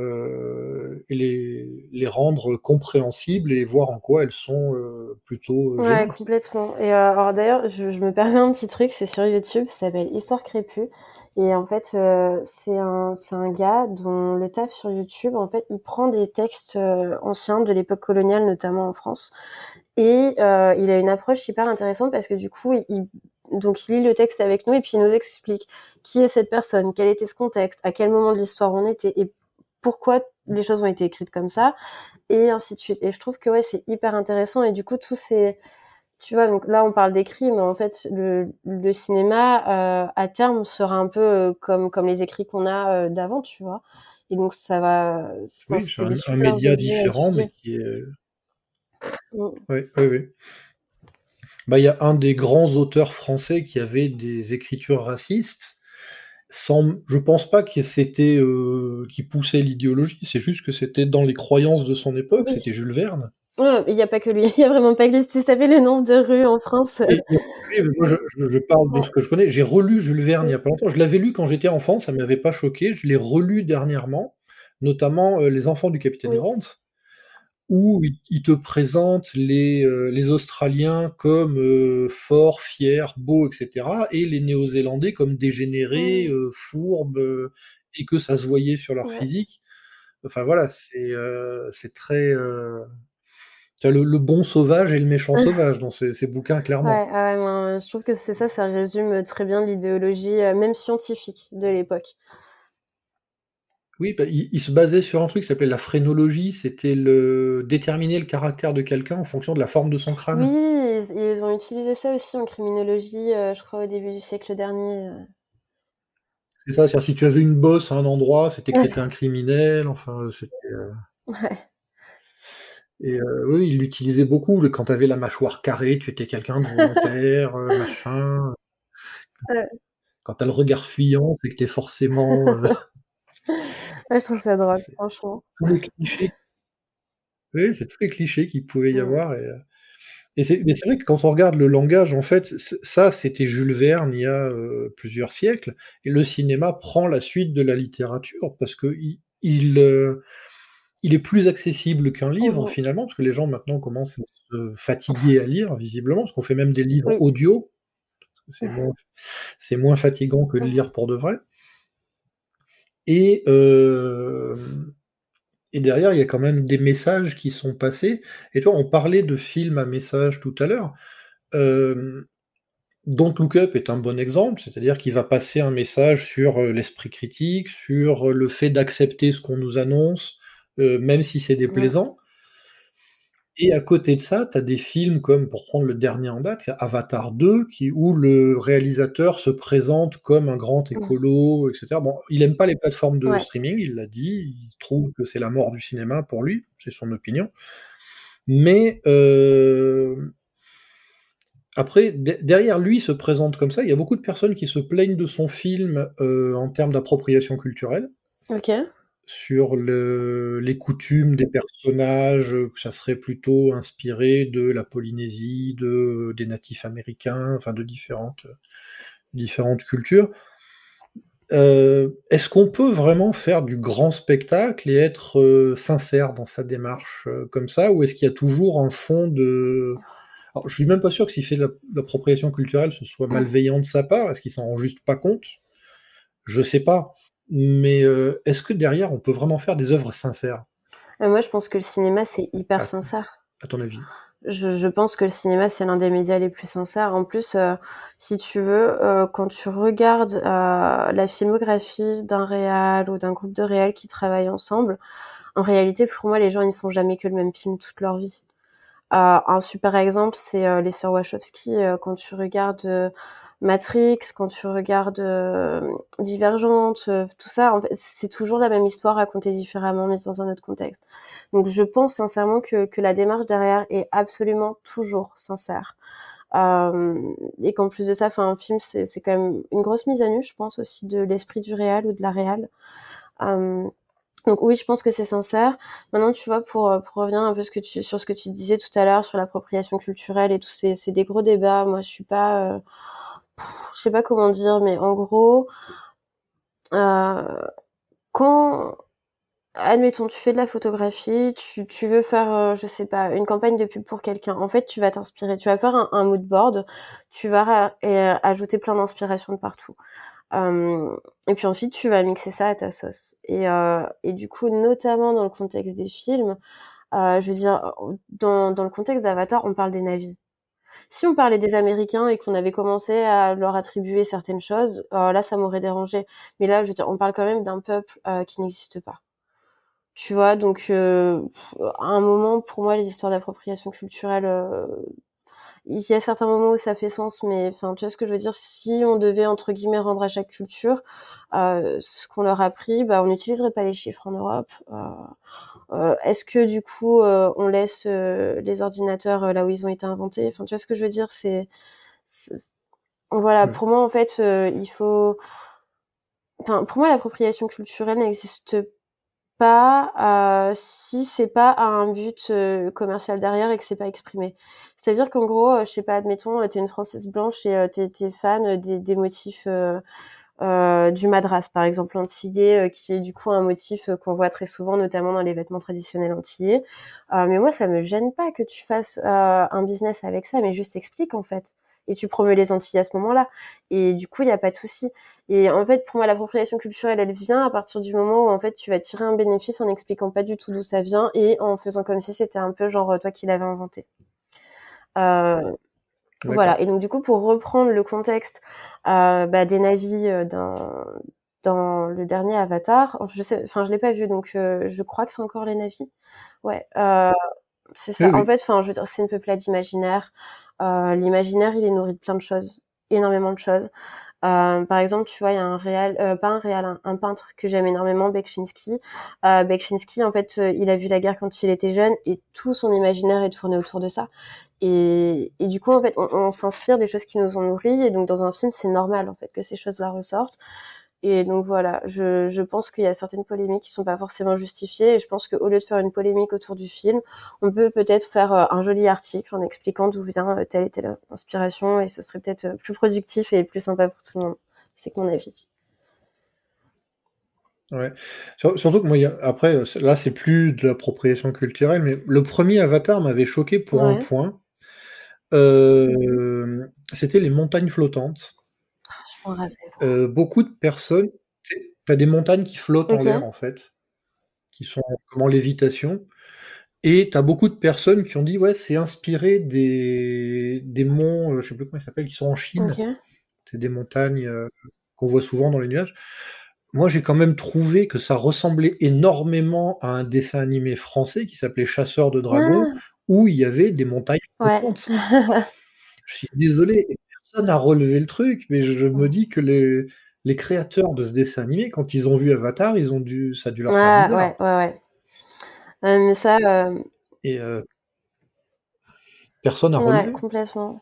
heu, et les les rendre compréhensibles et voir en quoi elles sont, heu, plutôt, heu, Ouais, gênantes. complètement et heu, alors d'ailleurs, je je me permets un petit truc, c'est sur YouTube, ça s'appelle Histoire crépue et en fait, heu, c'est un c'est un gars dont le taf sur YouTube, en fait, il prend des textes, heu, anciens de l'époque coloniale, notamment en France et heu, il a une approche hyper intéressante parce que du coup, il il donc il lit le texte avec nous et puis il nous explique qui est cette personne, quel était ce contexte, à quel moment de l'histoire on était et pourquoi les choses ont été écrites comme ça et ainsi de suite et je trouve que, ouais, c'est hyper intéressant et du coup, tous ces tu vois, donc là, on parle d'écrit, mais en fait, le le cinéma, heu, à terme, sera un peu, heu, comme comme les écrits qu'on a, heu, d'avant, tu vois? Et donc ça va enfin, Oui, c'est c'est des un un supers média objets à différent, mais étudier. qui est, heu Mmh. oui, oui, oui. Bah, il y a un des grands auteurs français qui avait des écritures racistes, sans je pense pas que c'était, heu, qu'il poussait l'idéologie, c'est juste que c'était dans les croyances de son époque, Oui. c'était Jules Verne. Ouais, il y a pas que lui, il y a vraiment pas que lui. Si tu savais le nombre de rues en France, heu Et et oui, mais moi je je je parle de ouais. ce que je connais. J'ai relu Jules Verne il y Mmh. a pas longtemps. Je l'avais lu quand j'étais enfant, ça m'avait pas choqué. Je l'ai relu dernièrement, notamment, heu, Les Enfants du Capitaine Oui. Grant, où il il te présente les, heu, les Australiens comme, heu, forts, fiers, beaux et cetera et les Néo-Zélandais comme dégénérés, Mmh. heu, fourbes, heu et que ça se voyait sur leur Ouais. physique. Enfin voilà, c'est, heu, c'est très, heu, tu as le le bon sauvage et le méchant sauvage dans ces ces bouquins, clairement. Ouais, ah ouais, non, je trouve que c'est ça, ça résume très bien l'idéologie, heu, même scientifique de l'époque. Oui, bah, il il se basait sur un truc qui s'appelait la phrénologie, c'était le déterminer le caractère de quelqu'un en fonction de la forme de son Oui, crâne. ils ils ont utilisé ça aussi en criminologie, heu, je crois au début du siècle dernier, heu. C'est ça, c'est-à-dire si tu avais une bosse à un endroit, c'était que tu étais un criminel, enfin, heu, c'était, heu Ouais. et heu, oui, ils l'utilisaient beaucoup, le quand tu avais la mâchoire carrée, tu étais quelqu'un de volontaire, heu, machin. Ouais. Quand tu as le regard fuyant, c'est que tu es forcément, heu Ouais, je trouve ça drôle, c'est franchement. tous les clichés. Oui, c'est tous les clichés qu'il pouvait y Mmh. avoir et heu et c'est mais c'est vrai que quand on regarde le langage, en fait, ç ça, c'était Jules Verne il y a, heu, plusieurs siècles et le cinéma prend la suite de la littérature parce qu'il il, heu, il est plus accessible qu'un Mmh livre mh. finalement, parce que les gens maintenant commencent à se fatiguer à lire visiblement, parce qu'on fait même des livres Oui. audio, c'est moins c'est moins fatigant que de Mmh. lire pour de vrai et hem et derrière, il y a quand même des messages qui sont passés et tu vois, on parlait de films à message tout à l'heure, hem, Don't Look Up est un bon exemple, c'est-à-dire qu'il va passer un message sur, heu, l'esprit critique, sur, heu, le fait d'accepter ce qu'on nous annonce, heu, même si c'est Mmh. déplaisant et à côté de ça, tu as des films comme, pour prendre le dernier en date, il y a Avatar deux qui où le réalisateur se présente comme un grand Mmh. écolo et cetera. Bon, il aime pas les plateformes de Ouais. streaming, il l'a dit, il trouve que c'est la mort du cinéma pour lui, c'est son opinion. Mais, hem, après de derrière lui se présente comme ça, il y a beaucoup de personnes qui se plaignent de son film, heu, en termes d'appropriation culturelle. OK. Sur le les coutumes des personnages, heu, que ça serait plutôt inspiré de la Polynésie, de des natifs américains, enfin de différentes, heu, différentes cultures. Heu, est-ce qu'on peut vraiment faire du grand spectacle et être, heu, sincère dans sa démarche, heu, comme ça? Ou est-ce qu'il y a toujours un fond de alors je suis même pas sûr que s'il fait de l'ap l'appropriation culturelle, ce soit malveillant de sa part. Est-ce qu'il s'en rend juste pas compte? Je sais pas. Mais, heu, est-ce que derrière on peut vraiment faire des œuvres sincères? Heu, moi, je pense que le cinéma, c'est hyper À sincère. à ton avis? Je je pense que le cinéma, c'est l'un des médias les plus sincères. En plus, heu, si tu veux, heu, quand tu regardes, heu, la filmographie d'un réal ou d'un groupe de réals qui travaillent ensemble, en réalité, pour moi, les gens, ils ne font jamais que le même film toute leur vie. Heu, un super exemple, c'est, heu, les sœurs Wachowski, heu, quand tu regardes, heu, Matrix, quand tu regardes, hem, Divergente, heu, tout ça, en fait, c'est toujours la même histoire racontée différemment, mais dans un autre contexte. Donc je pense sincèrement que que la démarche derrière est absolument toujours sincère. Hem et qu'en plus de ça, enfin, un film, c'est c'est quand même une grosse mise à nu, je pense aussi, de l'esprit du réal ou de la réal. Hem Donc oui, je pense que c'est sincère. Maintenant, tu vois, pour, heu, pour revenir un peu ce que tu sur ce que tu disais tout à l'heure sur l'appropriation culturelle et tout, c'est c'est des gros débats. Moi, je suis pas, heu, je sais pas comment dire, mais en gros, heu, quand admettons, tu fais de la photographie, tu tu veux faire, heu, je sais pas, une campagne de pub pour quelqu'un. En fait, tu vas t'inspirer, tu vas faire un un mood board, tu vas ra et heu, ajouter plein d'inspiration de partout. Hem et puis ensuite, tu vas mixer ça à ta sauce et heu et du coup, notamment dans le contexte des films, Heu, je veux dire, dans dans le contexte d'Avatar, on parle des navires. Si on parlait des Américains et qu'on avait commencé à leur attribuer certaines choses, heu, là, ça m'aurait dérangée. Mais là, je veux dire, on parle quand même d'un peuple, heu, qui n'existe pas. Tu vois? Donc heu, à un moment, pour moi, les histoires d'appropriation culturelle, heu, il y a certains moments où ça fait sens, mais enfin, tu vois ce que je veux dire? Si on devait, entre guillemets, «rendre à chaque culture», heu, ce qu'on leur a appris, bah, on n'utiliserait pas les chiffres en Europe, heu Heu, est-ce que du coup, heu, on laisse, heu, les ordinateurs, heu, là où ils ont été inventés? Enfin, tu vois ce que je veux dire? C'est c'est voilà, Oui. pour moi, en fait, heu, il faut enfin, pour moi, l'appropriation culturelle n'existe pas, heu, si c'est pas à un but, heu, commercial derrière et que c'est pas exprimé. C'est-à-dire qu'en gros, heu, je sais pas, admettons, heu, tu es une Française blanche et heu, tu es tu es fan, des des motifs, heu heu, du madras, par exemple, antillais, heu, qui est du coup un motif, heu, qu'on voit très souvent, notamment dans les vêtements traditionnels antillais. Heu, mais moi, ça me gêne pas que tu fasses, heu, un business avec ça, mais juste explique, en fait. et tu promeus les Antilles à ce moment-là. Et du coup, il y a pas de souci. Et en fait, pour moi, l'appropriation culturelle, elle vient à partir du moment où en fait tu vas tirer un bénéfice en expliquant pas du tout d'où ça vient et en faisant comme si c'était un peu genre toi qui l'avais inventé. Euh, voilà. D'accord. Et donc du coup, pour reprendre le contexte euh, bah, des navis euh, dans dans le dernier Avatar, je sais, enfin je l'ai pas vu, donc euh, je crois que c'est encore les navis. Ouais. Euh, c'est Oui, ça. En oui. fait, enfin, je veux dire, c'est une peuplade imaginaire. Euh, l'imaginaire, il est nourri de plein de choses, énormément de choses. Euh, par exemple, tu vois, il y a un réal, euh, pas un réal, un, un peintre que j'aime énormément, Bekchinski. Euh, Bekchinski, en fait, euh, il a vu la guerre quand il était jeune et tout son imaginaire est tourné autour de ça. Et, et du coup, en fait, on, on s'inspire des choses qui nous ont nourris et donc dans un film, c'est normal en fait que ces choses-là ressortent. Et donc voilà, je, je pense qu'il y a certaines polémiques qui sont pas forcément justifiées et je pense qu'au lieu de faire une polémique autour du film, on peut peut-être faire euh, un joli article en expliquant d'où vient euh, telle et telle inspiration et ce serait peut-être euh, plus productif et plus sympa pour tout le monde. C'est que mon avis. Ouais. Sur- surtout que moi, il y a- après, euh, c'est- là, c'est plus de l'appropriation culturelle, mais le premier Avatar m'avait choqué pour un Ouais, point. Euh, C'était les montagnes flottantes. je m'en rappelle. Euh, beaucoup de personnes, tu sais, t'as des montagnes qui flottent en Ok, l'air, en fait, qui sont comme en lévitation. Et t'as beaucoup de personnes qui ont dit, ouais, c'est inspiré des, des monts, euh, je sais plus comment ils s'appellent, qui sont en Chine. ok. C'est des montagnes euh, qu'on voit souvent dans les nuages. Moi, j'ai quand même trouvé que ça ressemblait énormément à un dessin animé français qui s'appelait Chasseurs de dragons, Ah, où il y avait des montagnes ouais. flottantes. Je suis désolé, personne n'a relevé le truc, mais je me dis que les, les créateurs de ce dessin animé, quand ils ont vu Avatar, ils ont dû, ça a dû leur faire Ah, ouais, bizarre. ouais, ouais. Euh, mais ça, euh, Et euh, personne n'a ouais, relevé. complètement.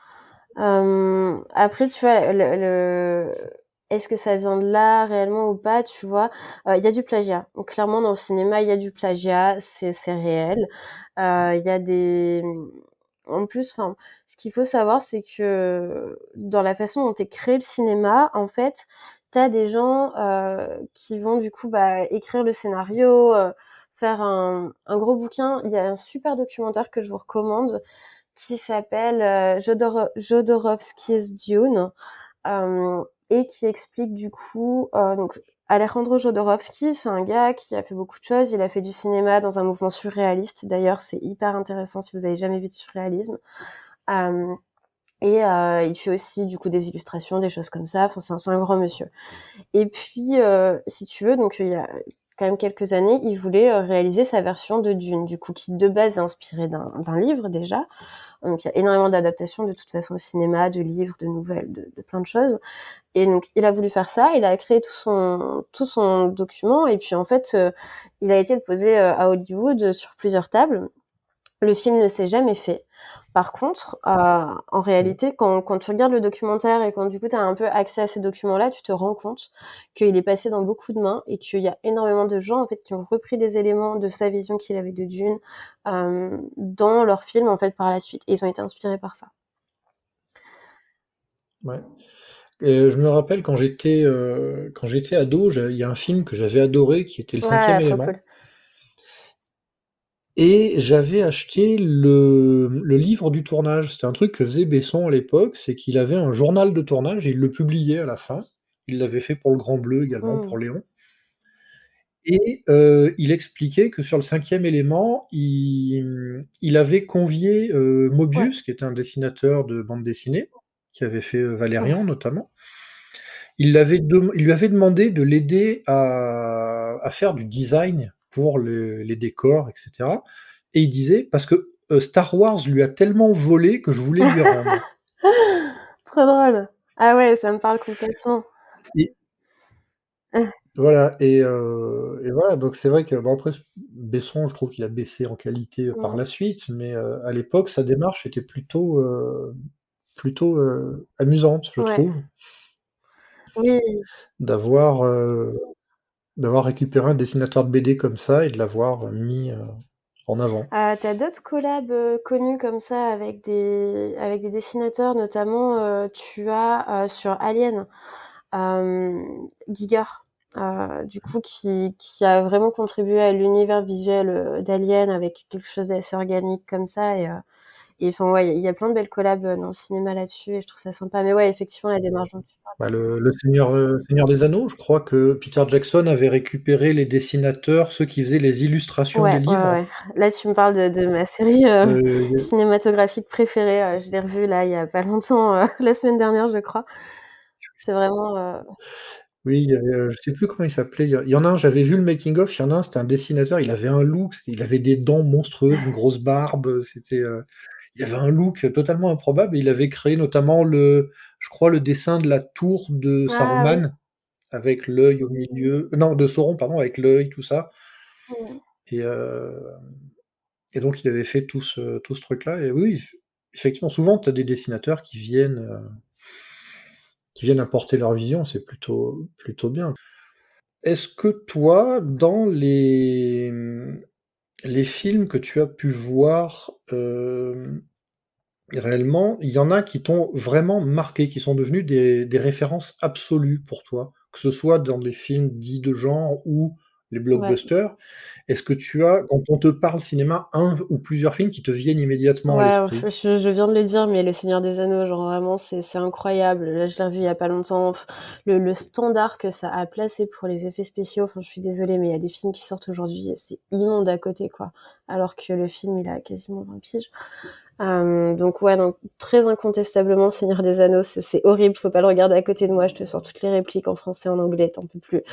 Euh, après, tu vois, le, le- est-ce que ça vient de là réellement ou pas, tu vois? Euh, Il y a du plagiat. Donc, clairement, dans le cinéma, il y a du plagiat, c'est c'est réel. Euh, Il y a des... En plus, enfin, ce qu'il faut savoir, c'est que dans la façon dont est créé le cinéma, en fait, t'as des gens euh, qui vont du coup bah, écrire le scénario, euh, faire un, un gros bouquin. Il y a un super documentaire que je vous recommande qui s'appelle euh, Jodor- Jodorowsky's Dune euh, et qui explique du coup euh, donc Alejandro Jodorowsky, c'est un gars qui a fait beaucoup de choses. Il a fait du cinéma dans un mouvement surréaliste. D'ailleurs, c'est hyper intéressant si vous avez jamais vu de surréalisme. Euh, et euh, il fait aussi du coup des illustrations, des choses comme ça. Enfin, c'est un, c'est un grand monsieur. Et puis, euh, si tu veux, donc il y a quand même quelques années, il voulait euh, réaliser sa version de Dune, du coup qui de base est inspiré d'un, d'un livre déjà. Donc il y a énormément d'adaptations de toute façon au cinéma, de livres, de nouvelles, de, de plein de choses. Et donc il a voulu faire ça, il a créé tout son tout son document et puis en fait euh, il a été le poser euh, à Hollywood euh, sur plusieurs tables. Le film ne s'est jamais fait. Par contre, euh, en Mm. réalité, quand, quand tu regardes le documentaire et quand du coup tu as un peu accès à ces documents-là, tu te rends compte qu'il est passé dans beaucoup de mains et qu'il y a énormément de gens en fait qui ont repris des éléments de sa vision qu'il avait de Dune euh, dans leur film en fait par la suite. Et ils ont été inspirés par ça. Ouais. Et je me rappelle quand j'étais euh, quand j'étais ado, j'ai- il y a un film que j'avais adoré qui était Le Cinquième Ouais, trop Élément. cool. Et j'avais acheté le, le livre du tournage. C'était un truc que faisait Besson à l'époque, c'est qu'il avait un journal de tournage et il le publiait à la fin. Il l'avait fait pour Le Grand Bleu également, Mm. pour Léon. Et euh, il expliquait que sur le cinquième élément, il, il avait convié euh, Ouais. Mobius, qui était un dessinateur de bande dessinée, qui avait fait euh, Valérian notamment. Il, l'avait dem- il lui avait demandé de l'aider à, à faire du design pour le- les décors, et cetera. Et il disait, parce que euh, Star Wars lui a tellement volé que je voulais lui rendre. Trop drôle. Ah ouais, ça me parle complètement. Et voilà, et, euh, et voilà, donc c'est vrai que, bon après, Besson, je trouve qu'il a baissé en qualité euh, par Mm. la suite, mais euh, à l'époque, sa démarche était plutôt, euh, plutôt euh, amusante, je Ouais. trouve, Oui. d'avoir euh, d'avoir récupéré un dessinateur de B D comme ça et de l'avoir mis euh, en avant. Euh, t'as d'autres collabs euh, connus comme ça avec des avec des dessinateurs, notamment euh, tu as euh, sur Alien euh, Giger, euh, du coup qui qui a vraiment contribué à l'univers visuel euh, d'Alien avec quelque chose d'assez organique comme ça et euh, Et enfin, ouais, il y a plein de belles collabs, heu, dans le cinéma là-dessus et je trouve ça sympa. Mais ouais, effectivement, la démarche dont tu parles. Bah, le le Seigneur, heu, Seigneur des Anneaux, je crois que Peter Jackson avait récupéré les dessinateurs, ceux qui faisaient les illustrations des Ouais, ouais, livres. ouais. Là, tu me parles de de ma série, heu, Heu, cinématographique préférée, heu, je l'ai revue là, il y a pas longtemps, heu, la semaine dernière, je crois. C'est vraiment, heu oui, il y avait, heu, je sais plus comment il s'appelait, il y a il y en a un, j'avais vu le making of, il y en a un, c'était un dessinateur, il avait un look, il avait des dents monstrueuses, une grosse barbe, c'était, heu, il avait un look totalement improbable et il avait créé notamment le je crois le dessin de la tour de ah oui. Saruman, avec l'œil au milieu non, de Sauron, pardon, avec l'œil, tout ça Mmh. et heu et donc il avait fait tout ce tout ce truc-là et oui, eff effectivement, souvent tu as des dessinateurs qui viennent, heu, qui viennent apporter leur vision, c'est plutôt plutôt bien. Est-ce que toi, dans les, mmh, les films que tu as pu voir, hem, réellement, il y en a qui t'ont vraiment marqué, qui sont devenus des des références absolues pour toi? Que ce soit dans les films dits de genre ou les Ouais. blockbusters, est-ce que tu as, quand on te parle cinéma, un ou plusieurs films qui te viennent immédiatement à Ouais, l'esprit? enfin, je je viens de le dire, mais Le Seigneur des Anneaux, genre vraiment, c'est c'est incroyable. Là, je l'ai revu il y a pas longtemps. Pff, Le le standard que ça a placé pour les effets spéciaux, enfin, je suis désolée, mais il y a des films qui sortent aujourd'hui et c'est immonde à côté, quoi. Alors que le film, il a quasiment vingt piges. Hem, donc ouais, donc très incontestablement, Le Seigneur des Anneaux, c'est c'est horrible, faut pas le regarder à côté de moi, je te sors toutes les répliques en français, en anglais, tu en peux plus.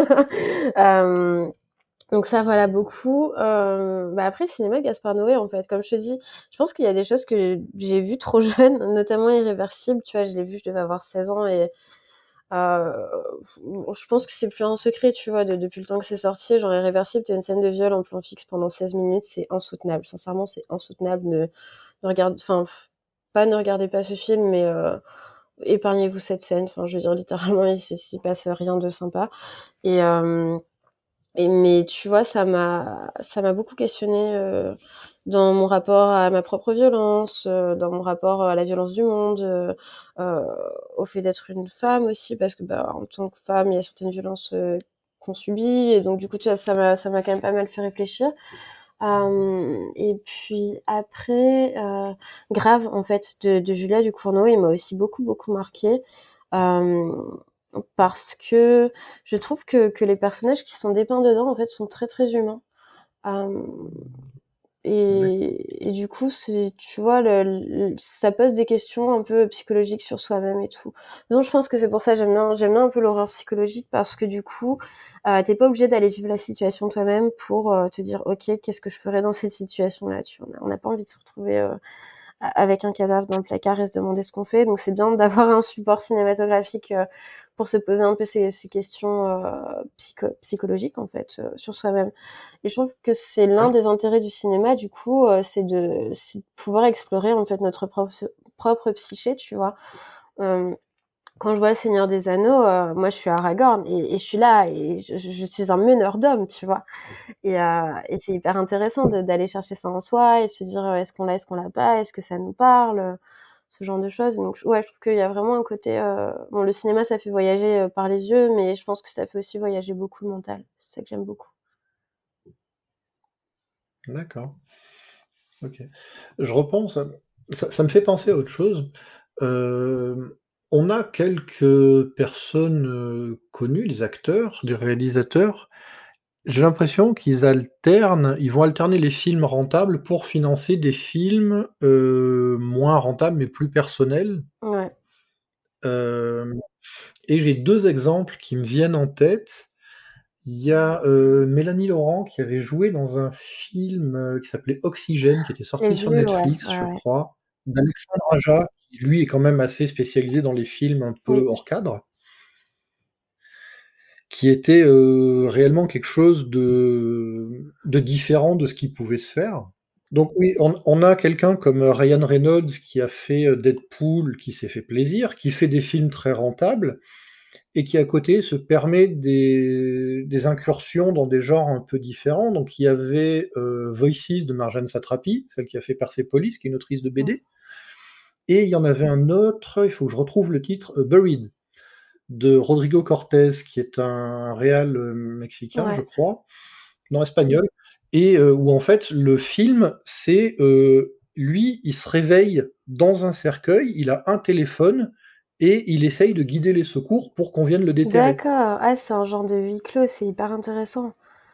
Hem Donc ça, voilà, beaucoup. Heu, bah, après le cinéma Gaspard Noé, en fait, comme je te dis, je pense qu'il y a des choses que j'ai vues trop jeune, notamment Irréversible, tu vois? Je l'ai vu, je devais avoir seize ans et heu, je pense que c'est plus un secret, tu vois? De depuis le temps que c'est sorti, genre Irréversible, tu as une scène de viol en plan fixe pendant seize minutes, c'est insoutenable. Sincèrement, c'est insoutenable. Ne ne regarde enfin, pas ne regardez pas ce film, mais heu, épargnez-vous cette scène. Enfin, je veux dire littéralement, il s il s'y passe rien de sympa et hem et mais tu vois, ça m'a ça m'a beaucoup questionnée, heu, dans mon rapport à ma propre violence, heu, dans mon rapport à la violence du monde, heu heu, au fait d'être une femme aussi parce que, bah, en tant que femme, il y a certaines violences, heu, qu'on subit et donc du coup, tu vois, ça m'a ça m'a quand même pas mal fait réfléchir. Hem et puis après, heu, Grave, en fait, de de Julia Ducournau, il m'a aussi beaucoup, beaucoup marquée, hem, parce que je trouve que que les personnages qui sont dépeints dedans, en fait, sont très, très humains. Hem D'acc et et du coup, c'est tu vois, le l ça pose des questions un peu psychologiques sur soi-même et tout. Donc je pense que c'est pour ça, j'aime bien j'aime bien un peu l'horreur psychologique parce que du coup, heu, tu es pas obligé d'aller vivre la situation toi-même pour, heu, te dire: «OK, qu'est-ce que je ferais dans cette situation-là?» Tu vois? On n'a pas envie de se retrouver, heu, a avec un cadavre dans le placard et se demander ce qu'on fait. Donc c'est bien d'avoir un support cinématographique, heu, pour se poser un peu ces ces questions, heu, psycho psychologiques, en fait, heu, sur soi-même. Et je trouve que c'est l'un oui, des intérêts du cinéma, du coup, heu, c'est de c'est de pouvoir explorer, en fait, notre propre propre psyché, tu vois? Hem, Quand je vois Le Seigneur des Anneaux, heu, moi, je suis Aragorn et et je suis là et je je je suis un meneur d'hommes, tu vois? Et heu et c'est hyper intéressant de d'aller chercher ça en soi et de se dire, heu: «Est-ce qu'on l'a? Est-ce qu'on l'a pas? Est-ce que ça nous parle?» heu, ce genre de choses. Donc ouais, je trouve qu'il y a vraiment un côté, heu bon, le cinéma, ça fait voyager, heu, par les yeux, mais je pense que ça fait aussi voyager beaucoup le mental. C'est ça que j'aime beaucoup. d'accord, OK. Je repense, ça ça me fait penser à autre chose. Hem, on a quelques personnes, heu, connues, des acteurs, des réalisateurs. J'ai l'impression qu'ils alternent ils vont alterner les films rentables pour financer des films, heu, moins rentables mais plus personnels. Ouais. Hem et j'ai deux exemples qui me viennent en tête. Il y a, heu, Mélanie Laurent qui avait joué dans un film, heu, qui s'appelait Oxygène, qui était Je l'ai sorti sur vu, ouais, Netflix, ouais, je ouais. crois, d'Alexandre Aja, qui lui est quand même assez spécialisé dans les films un peu Oui. hors cadre, qui était, heu, réellement quelque chose de de différent de ce qui pouvait se faire. Donc oui, on on a quelqu'un comme, heu, Ryan Reynolds qui a fait, heu, Deadpool, qui s'est fait plaisir, qui fait des films très rentables et qui à côté se permet des des incursions dans des genres un peu différents. Donc il y avait, heu, Voices de Marjane Satrapi, celle qui a fait Persepolis, qui est une autrice de Mmh. B D et il y en avait un autre, il faut que je retrouve le titre, heu, Buried de Rodrigo Cortés, qui est un réal, heu, mexicain, je Ouais. crois, non espagnol et heu, où en fait le film c'est, heu lui, il se réveille dans un cercueil, il a un téléphone et il essaye de guider les secours pour qu'on vienne le déterrer. D'accord. Ah, c'est un genre de huis clos, c'est hyper intéressant.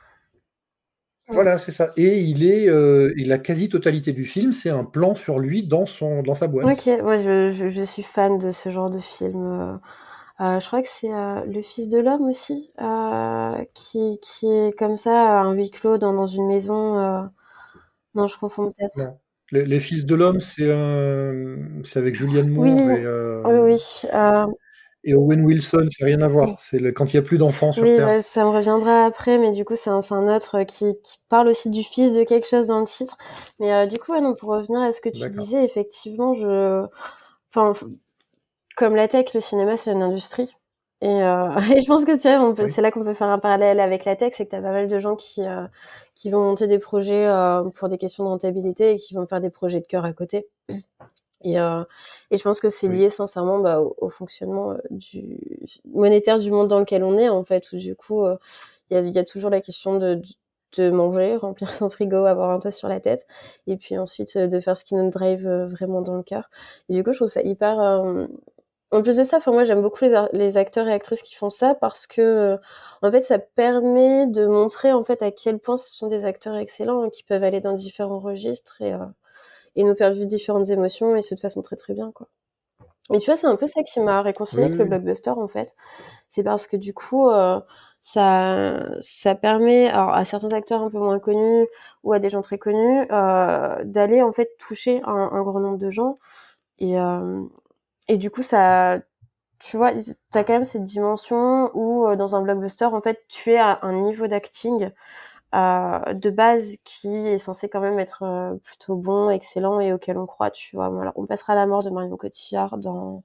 Mmh. Voilà, c'est ça et il est, heu et la quasi-totalité du film, c'est un plan sur lui dans son dans sa OK, boîte. moi je je je suis fan de ce genre de film, heu heu, je crois que c'est, heu, Le Fils de l'homme aussi, heu, qui qui est comme ça, un huis clos dans dans une maison, heu non, je confonds peut-être. Non. Les les Fils de l'homme, c'est un, mmh, c'est avec Julianne Oui, Moore et oui, hem oui, heu et Owen Wilson, c'est rien à Mmh. voir. C'est le quand il y a plus d'enfants sur Oui, terre. ouais, ça me reviendra après, mais du coup, c'est un c'est un autre qui qui parle aussi du fils de quelque chose dans le titre. Mais, heu, du coup, ouais, non, pour revenir à ce que tu D'accord. disais, effectivement, je enfin, f comme la tech, le cinéma, c'est une industrie et heu et je pense que, tu vois, on peut Oui. c'est là qu'on peut faire un parallèle avec la tech, c'est que tu as pas mal de gens qui, heu, qui vont monter des projets, heu, pour des questions de rentabilité et qui vont faire des projets de cœur à côté et heu et je pense que c'est Oui. lié sincèrement, bah, au au fonctionnement, heu, du monétaire du monde dans lequel on est, en fait, où du coup, heu, il y a il y a toujours la question de d de manger, remplir son frigo, avoir un toit sur la tête et puis ensuite, heu, de faire ce qui nous drive, heu, vraiment dans le cœur et du coup, je trouve ça hyper, hem en plus de ça, enfin, moi, j'aime beaucoup les ar les acteurs et actrices qui font ça parce que, heu, en fait, ça permet de montrer, en fait, à quel point ce sont des acteurs excellents et qui peuvent aller dans différents registres et heu et nous faire vivre différentes émotions et ce de façon très, très bien, quoi et tu vois, c'est un peu ça qui m'a réconciliée Oui, avec oui, le oui. blockbuster, en fait. C'est parce que du coup, heu, ça ça permet alors à certains acteurs un peu moins connus ou à des gens très connus, heu, d'aller, en fait, toucher un un grand nombre de gens et hem et du coup, ça tu vois, z tu as quand même cette dimension où, heu, dans un blockbuster, en fait, tu es à un niveau d'acting, heu, de base qui est censé quand même être, heu, plutôt bon, excellent et auquel on croit, tu vois? Bon, alors, On passera la mort de Marion Cotillard dans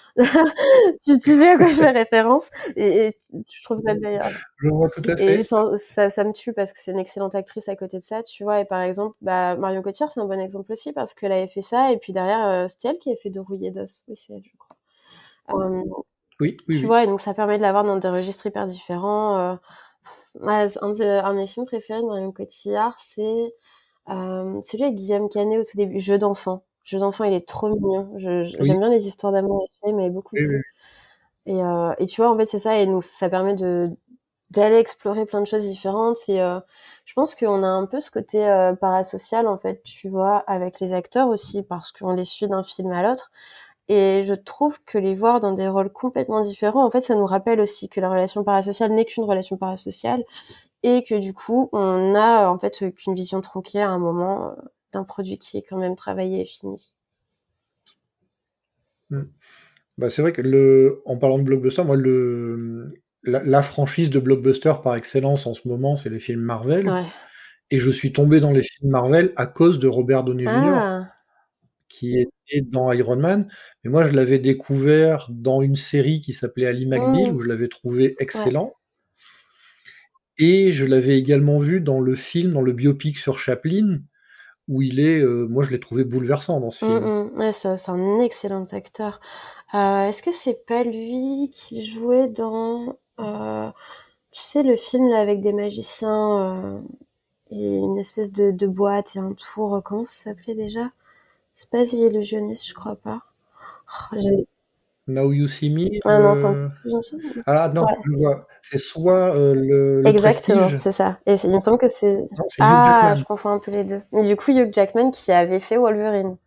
tu tu sais à quoi je fais référence et et je trouve ça d'ailleurs Je vois tout à et fait. enfin, ça ça me tue parce que c'est une excellente actrice à côté de ça, tu vois? Et par exemple, bah, Marion Cotillard, c'est un bon exemple aussi parce qu'elle avait fait ça et puis derrière, heu, c'était elle qui avait fait Deux rouillés d'os. Oui, c'est elle, je crois. Hem, Oui, oui, tu oui. vois? Et donc ça permet de la voir dans des registres hyper différents, heu, ouais, c'est un de un de mes films préférés de Marion Cotillard, c'est, hem, celui avec Guillaume Canet au tout début, Jeux d'enfant. Jeux d'enfant, il est trop mignon. Je je Oui. j'aime bien les histoires d'amour et tout, il m'avait beaucoup Oui, oui, plu oui. et heu et tu vois, en fait, c'est ça et donc ça permet de d'aller explorer plein de choses différentes et heu, je pense qu'on a un peu ce côté, heu, parasocial, en fait, tu vois? Avec les acteurs aussi parce qu'on les suit d'un film à l'autre et je trouve que les voir dans des rôles complètement différents, en fait, ça nous rappelle aussi que la relation parasociale n'est qu'une relation parasociale et que du coup, on a, en fait, qu'une vision tronquée à un moment, heu, d'un produit qui est quand même travaillé et fini. Mmh. Bah, c'est vrai que le en parlant de blockbuster, moi, le, mmh, la la franchise de blockbuster par excellence en ce moment, c'est les films Marvel Ouais. et je suis tombé dans les films Marvel à cause de Robert Downey Junior Ah! qui était dans Iron Man. Mais moi, je l'avais découvert dans une série qui s'appelait Ally McBeal, Mmh. où je l'avais trouvé Ouais. excellent et je l'avais également vu dans le film, dans le biopic sur Chaplin, où il est, heu, moi, je l'ai trouvé bouleversant dans ce Mmh film. mh. Ouais, c'est c'est un excellent acteur. Heu, est-ce que c'est pas lui qui jouait dans, heu, tu sais, le film là avec des magiciens, heu et une espèce de de boîte et un tour, heu, comment ça s'appelait déjà? C'est pas The Illusionist, je crois pas. Oh, j'ai Now You See Me, ah non, c'est un peu heu, plus ancien. ah non, Ouais. je vois, c'est soit, heu, le le Exactement, Prestige c'est ça et c'est il me semble que c'est non, c'est Hugh ah, je Jackman. confonds un peu les deux. Mais du coup, Hugh Jackman qui avait fait Wolverine.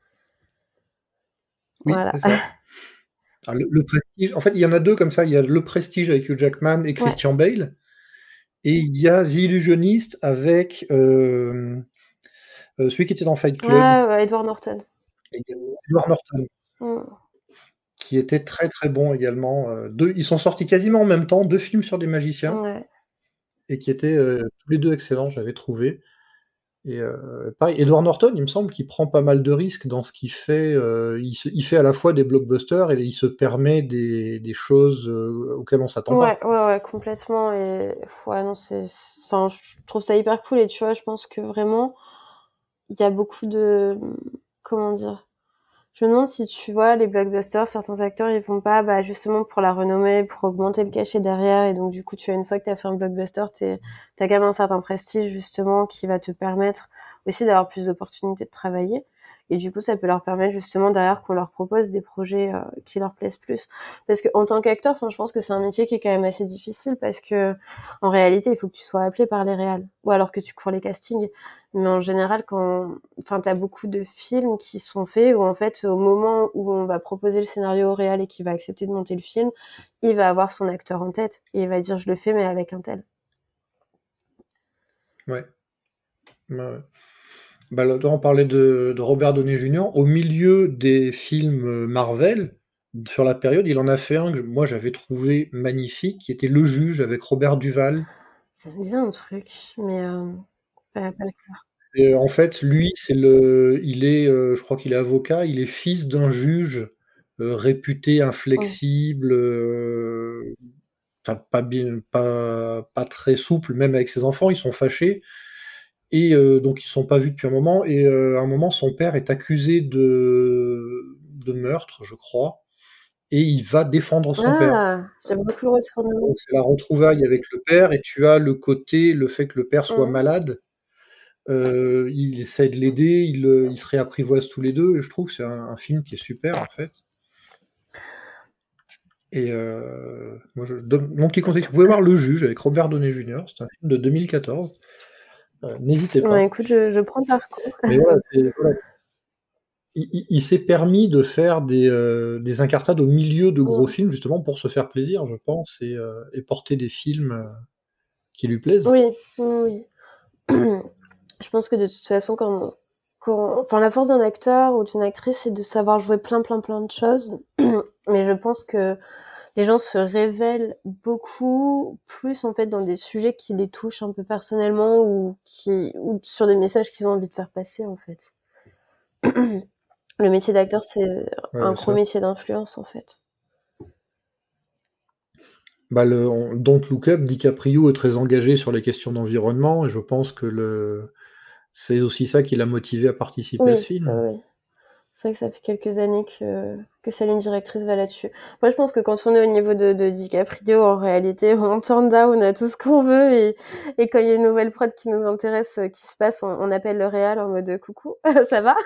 Oui, Voilà. c'est ça. Ah le le Prestige, en fait, il y en a deux comme ça, il y a le Prestige avec Hugh Jackman et Ouais. Christian Bale et il y a The Illusionist avec, hem, heu, celui qui était dans Fight Club, Ah ouais, Edward Norton. également Edward Norton, Mmh. qui était très, très bon également, heu, deux ils sont sortis quasiment en même temps, deux films sur des magiciens Ouais. et qui étaient, heu, tous les deux excellents, j'avais trouvé et heu, pareil, Edward Norton, il me semble qu'il prend pas mal de risques dans ce qu'il fait, heu, il se il fait à la fois des blockbusters et il se permet des des choses, heu, auxquelles on s'attend Ouais, pas. ouais, ouais, complètement et ouais, non, c'est c enfin, je trouve ça hyper cool et tu vois, je pense que vraiment, il y a beaucoup de, mmh, comment dire? Je me demande si tu vois, les blockbusters, certains acteurs, ils font pas, bah, justement pour la renommée, pour augmenter le cachet derrière et donc du coup, tu vois, une fois que tu as fait un blockbuster, tu es tu as quand même un certain prestige justement qui va te permettre aussi d'avoir plus d'opportunités de travailler et du coup, ça peut leur permettre justement derrière qu'on leur propose des projets euh, qui leur plaisent plus. Parce qu'en tant qu'acteur, je pense que c'est un métier qui est quand même assez difficile parce que en réalité, il faut que tu sois appelé par les réals ou alors que tu cours les castings. Mais en général, quand, enfin, t'as beaucoup de films qui sont faits où en fait, au moment où on va proposer le scénario au réal et qu'il va accepter de monter le film, il va avoir son acteur en tête et il va dire je le fais mais avec un tel. Ouais. Ouais, ouais. Bah, là, on parlait de, de Robert Downey junior Au milieu des films Marvel, sur la période, il en a fait un que moi j'avais trouvé magnifique, qui était Le Juge avec Robert Duval. Ça me dit un truc, mais euh, pas, pas clair. Et, euh, en fait, lui, c'est le, il est, euh, je crois qu'il est avocat, il est fils d'un juge euh, réputé Oh. inflexible, euh, enfin pas bien, pas, pas très souple, même avec ses enfants, ils sont fâchés. Et euh, donc ils ne sont pas vus depuis un moment, et euh, à un moment son père est accusé de, de meurtre, je crois, et il va défendre son père. Ah, j'aime beaucoup le retournement. Donc c'est la retrouvaille avec le père, et tu as le côté, le fait que le père soit Mmh. malade, euh, il essaie de l'aider, il, euh, ils se réapprivoisent tous les deux, et je trouve que c'est un, un film qui est super en fait. Et euh, moi je donne mon petit conseil, vous pouvez voir Le Juge avec Robert Downey junior, c'est un film de deux mille quatorze, euh, n'hésitez Ouais, pas. écoute, je, je prends par coup. Mais voilà, c'est, voilà, il, il- il s'est permis de faire des, euh, des incartades au milieu de gros Mmh. films, justement pour se faire plaisir, je pense, et, euh, et porter des films euh, qui lui plaisent. Oui, oui, oui. Je pense que de toute façon, quand, quand, enfin, la force d'un acteur ou d'une actrice, c'est de savoir jouer plein, plein, plein de choses. Mais je pense que les gens se révèlent beaucoup plus en fait dans des sujets qui les touchent un peu personnellement ou qui ou sur des messages qu'ils ont envie de faire passer en fait. Le métier d'acteur, c'est Ouais, un ouais, gros ça. métier d'influence en fait. Bah, le, on- Don't Look Up, DiCaprio est très engagé sur les questions d'environnement, et je pense que le, c'est aussi ça qui l'a motivé à participer à Oui, ce oui, film. oui. C'est vrai que ça fait quelques années que, que sa ligne directrice va là-dessus. Moi, je pense que quand on est au niveau de, de DiCaprio, en réalité, on turn down à tout ce qu'on veut et, et quand il y a une nouvelle prod qui nous intéresse, euh, qui se passe, on, on appelle le réal en mode coucou, ça va?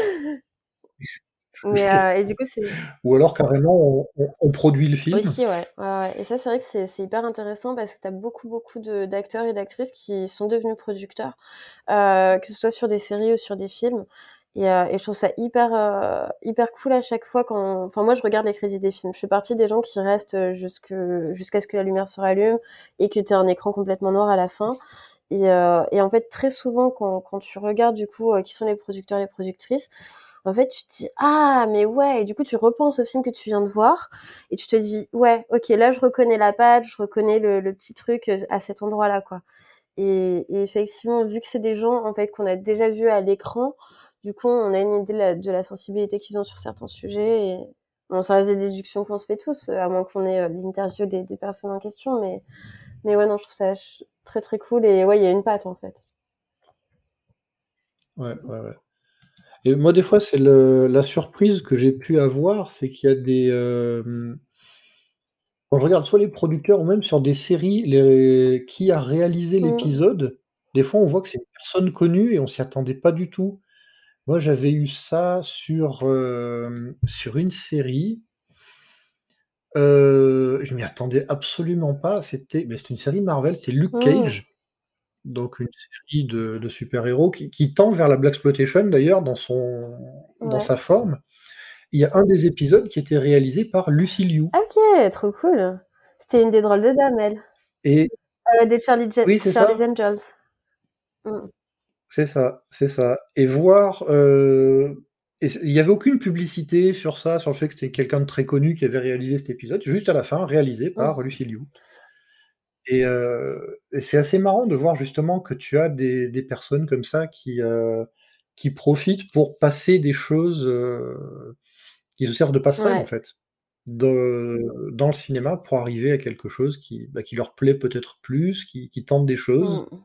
Mais, euh, et du coup, c'est Ou alors carrément on, on- on produit le film. aussi, ouais, ouais, ouais. Et ça, c'est vrai que c'est, c'est hyper intéressant parce que tu as beaucoup, beaucoup de, d'acteurs et d'actrices qui sont devenus producteurs, euh, que ce soit sur des séries ou sur des films. Et, euh, et je trouve ça hyper, euh, hyper cool à chaque fois quand, enfin, moi, je regarde les crédits des films. Je fais partie des gens qui restent jusque, jusqu'à ce que la lumière se rallume et que tu aies un écran complètement noir à la fin. Et, euh, et en fait, très souvent, quand, quand tu regardes, du coup, euh, qui sont les producteurs, les productrices, en fait, tu te dis, ah, mais ouais, et du coup, tu repenses au film que tu viens de voir, et tu te dis, ouais, ok, là, je reconnais la patte, je reconnais le, le petit truc euh, à cet endroit-là, quoi. Et, et effectivement, vu que c'est des gens, en fait, qu'on a déjà vus à l'écran, du coup, on a une idée de la, de la sensibilité qu'ils ont sur certains sujets, et bon, ça reste des déductions qu'on se fait tous, à moins qu'on ait euh, l'interview des, des personnes en question, mais, mais ouais, non, je trouve ça ch- très, très cool, et ouais, il y a une patte, en fait. Ouais, ouais, ouais. Et moi, des fois, c'est le, la surprise que j'ai pu avoir, c'est qu'il y a des, euh, quand je regarde soit les producteurs ou même sur des séries, les qui a réalisé Mm. l'épisode, des fois on voit que c'est une personne connue et on s'y attendait pas du tout. Moi, j'avais eu ça sur, hem, sur une série, heu, je m'y attendais absolument pas. C'était beh, c'est une série Marvel, c'est Luke Mm. Cage, donc une série de de super-héros qui qui tend vers la blaxploitation d'ailleurs dans son dans Ouais. sa forme. Il y a un des épisodes qui était réalisé par Lucy Liu OK, trop cool. C'était une des drôles de dames, elle. et Heu, des Charlie Jan oui, c'est Charlie's ça. Angels. Mmh. C'est ça, c'est ça. Et voir, heu et c il y avait aucune publicité sur ça, sur le fait que c'était quelqu'un de très connu qui avait réalisé cet épisode, juste à la fin, réalisé par Mmh. Lucy Liu. Et heu et c'est assez marrant de voir justement que tu as des des personnes comme ça qui, heu, qui profitent pour passer des choses, heu, qui se servent de passerelle, en Ouais. fait, de dans le cinéma pour arriver à quelque chose qui, bah, qui leur plaît peut-être plus, qui qui tentent des choses Mmh.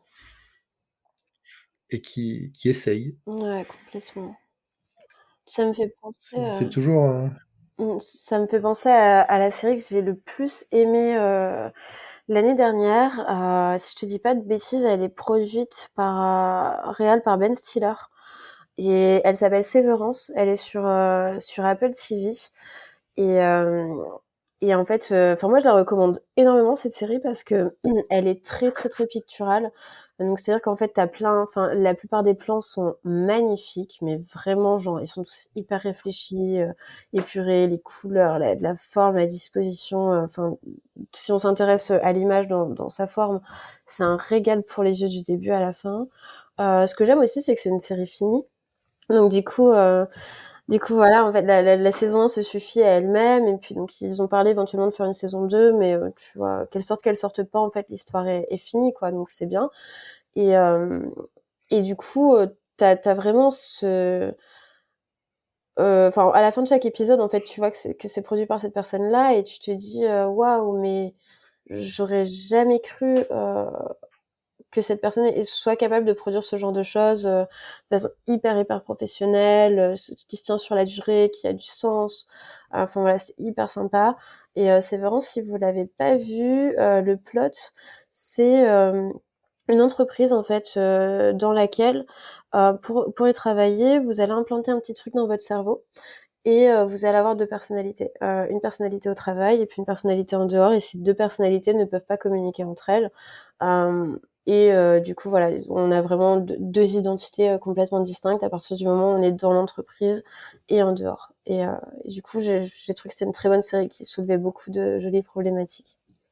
et qui qui essayent. Ouais, complètement. Ça me fait penser C'est c'est à toujours, heu mmh, ça me fait penser à à la série que j'ai le plus aimée, heu, l'année dernière. Heu, si je te dis pas de bêtises, elle est produite par, heu, réal par Ben Stiller. et elle s'appelle Severance. Elle est sur, heu, sur Apple T V et hem et en fait, enfin, moi, je la recommande énormément cette série parce qu'elle est très, très, très picturale. Donc c'est-à-dire qu'en fait, tu as plein enfin, la plupart des plans sont magnifiques, mais vraiment, genre, ils sont tous hyper réfléchis, heu, épurés, les couleurs, la la forme, la disposition, enfin, si on s'intéresse à l'image dans dans sa forme, c'est un régal pour les yeux du début à la fin. Heu, ce que j'aime aussi, c'est que c'est une série finie. Donc du coup, heu, du coup, voilà, en fait, la la la saison un se suffit à elle-même et puis donc ils ont parlé éventuellement de faire une saison deux, mais heu, tu vois, qu'elle sorte, qu'elle sorte pas, en fait, l'histoire est est finie, quoi, donc c'est bien et hem et du coup, heu, tu as tu as vraiment ce heu, enfin, à la fin de chaque épisode, en fait, tu vois que c'est que c'est produit par cette personne-là et tu te dis: «Heu, waouh, mais j'aurais jamais cru, heu, que cette personne est soit capable de produire ce genre de choses, heu, de façon hyper, hyper professionnelle, heu, s qui se tient sur la durée, qui a du sens». Enfin, voilà, c'était hyper sympa et heu, Severance, si vous l'avez pas vu, heu, le plot, c'est, hem, une entreprise, en fait, heu, dans laquelle, heu, pour pour y travailler, vous allez implanter un petit truc dans votre cerveau et heu, vous allez avoir deux personnalités. Heu, une personnalité au travail et puis une personnalité en dehors et ces deux personnalités ne peuvent pas communiquer entre elles. Hem et heu, du coup, voilà, on a vraiment deux deux identités, heu, complètement distinctes à partir du moment où on est dans l'entreprise et en dehors et heu et du coup, j'ai j'ai trouvé que c'était une très bonne série qui soulevait beaucoup de jolies problématiques.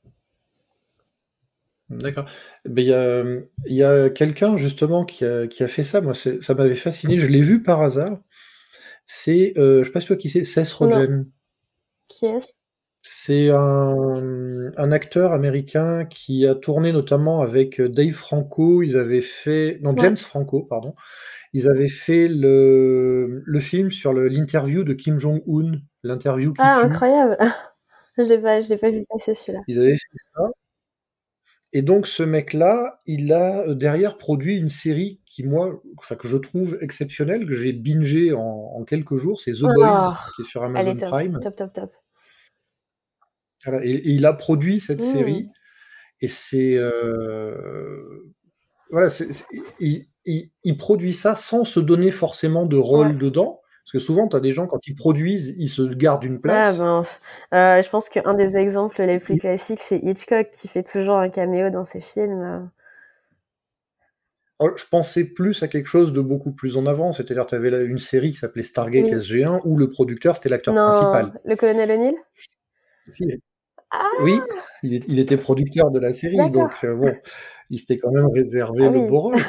D'accord. Beh, il y a, mmh, il y a quelqu'un justement qui a qui a fait ça. Moi, c'est ça m'avait fasciné. Je l'ai vu par hasard. C'est, heu, je sais pas si tu vois qui c'est? Seth Non. Rogen. Qui est-ce? C'est un, mmh, un acteur américain qui a tourné notamment avec, heu, Dave Franco. Ils avaient fait non, Ouais. James Franco, pardon. Ils avaient fait le le film sur le l'interview de Kim Jong-un, l'interview qui Ah tue. incroyable! Je l'ai pas je l'ai pas vu passer celui-là. Ils avaient fait ça et donc ce mec-là, il a, heu, derrière produit une série qui moi, enfin que je trouve exceptionnelle, que j'ai bingé en en quelques jours, c'est The Oh! Boys, qui est sur Elle est Amazon top, Prime. top, top, top. Voilà et et il a produit cette série Mmh. et c'est, heu, voilà, c'est c'est il il il produit ça sans se donner forcément de Ouais. rôle dedans. Parce que souvent, tu as des gens quand ils produisent, ils se gardent une Ah place. ben, heu, je pense qu'un des exemples les plus Et classiques, c'est Hitchcock qui fait toujours un caméo dans ses films, heu. oh, je pensais plus à quelque chose de beaucoup plus en avant, c'est-à-dire tu avais là une série qui s'appelait Stargate Oui. SG-1 où le producteur, c'était l'acteur Non, principal. le colonel O'Neill? Si, oui, Ah! il est il était producteur de la série, donc D'accord. heu, bon, il s'était quand même réservé Ah le oui. beau rôle.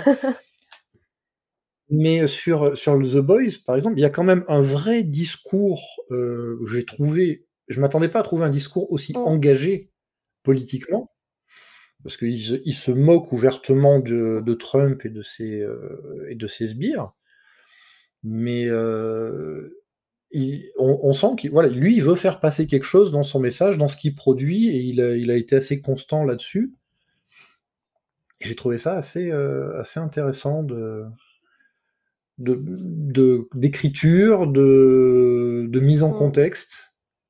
Mais sur, sur The Boys, par exemple, il y a quand même un vrai discours, heu, j'ai trouvé je m'attendais pas à trouver un discours aussi Mmh. engagé politiquement, parce qu'ils se ils se moquent ouvertement de de Trump et de ses, heu, et de ses sbires. Mais heu, il on on sent qu'il voilà, lui, il veut faire passer quelque chose dans son message, dans ce qu'il produit et il a il a été assez constant là-dessus. Et j'ai trouvé ça assez, heu, assez intéressant de de de d'écriture, de de mise en Mmh. contexte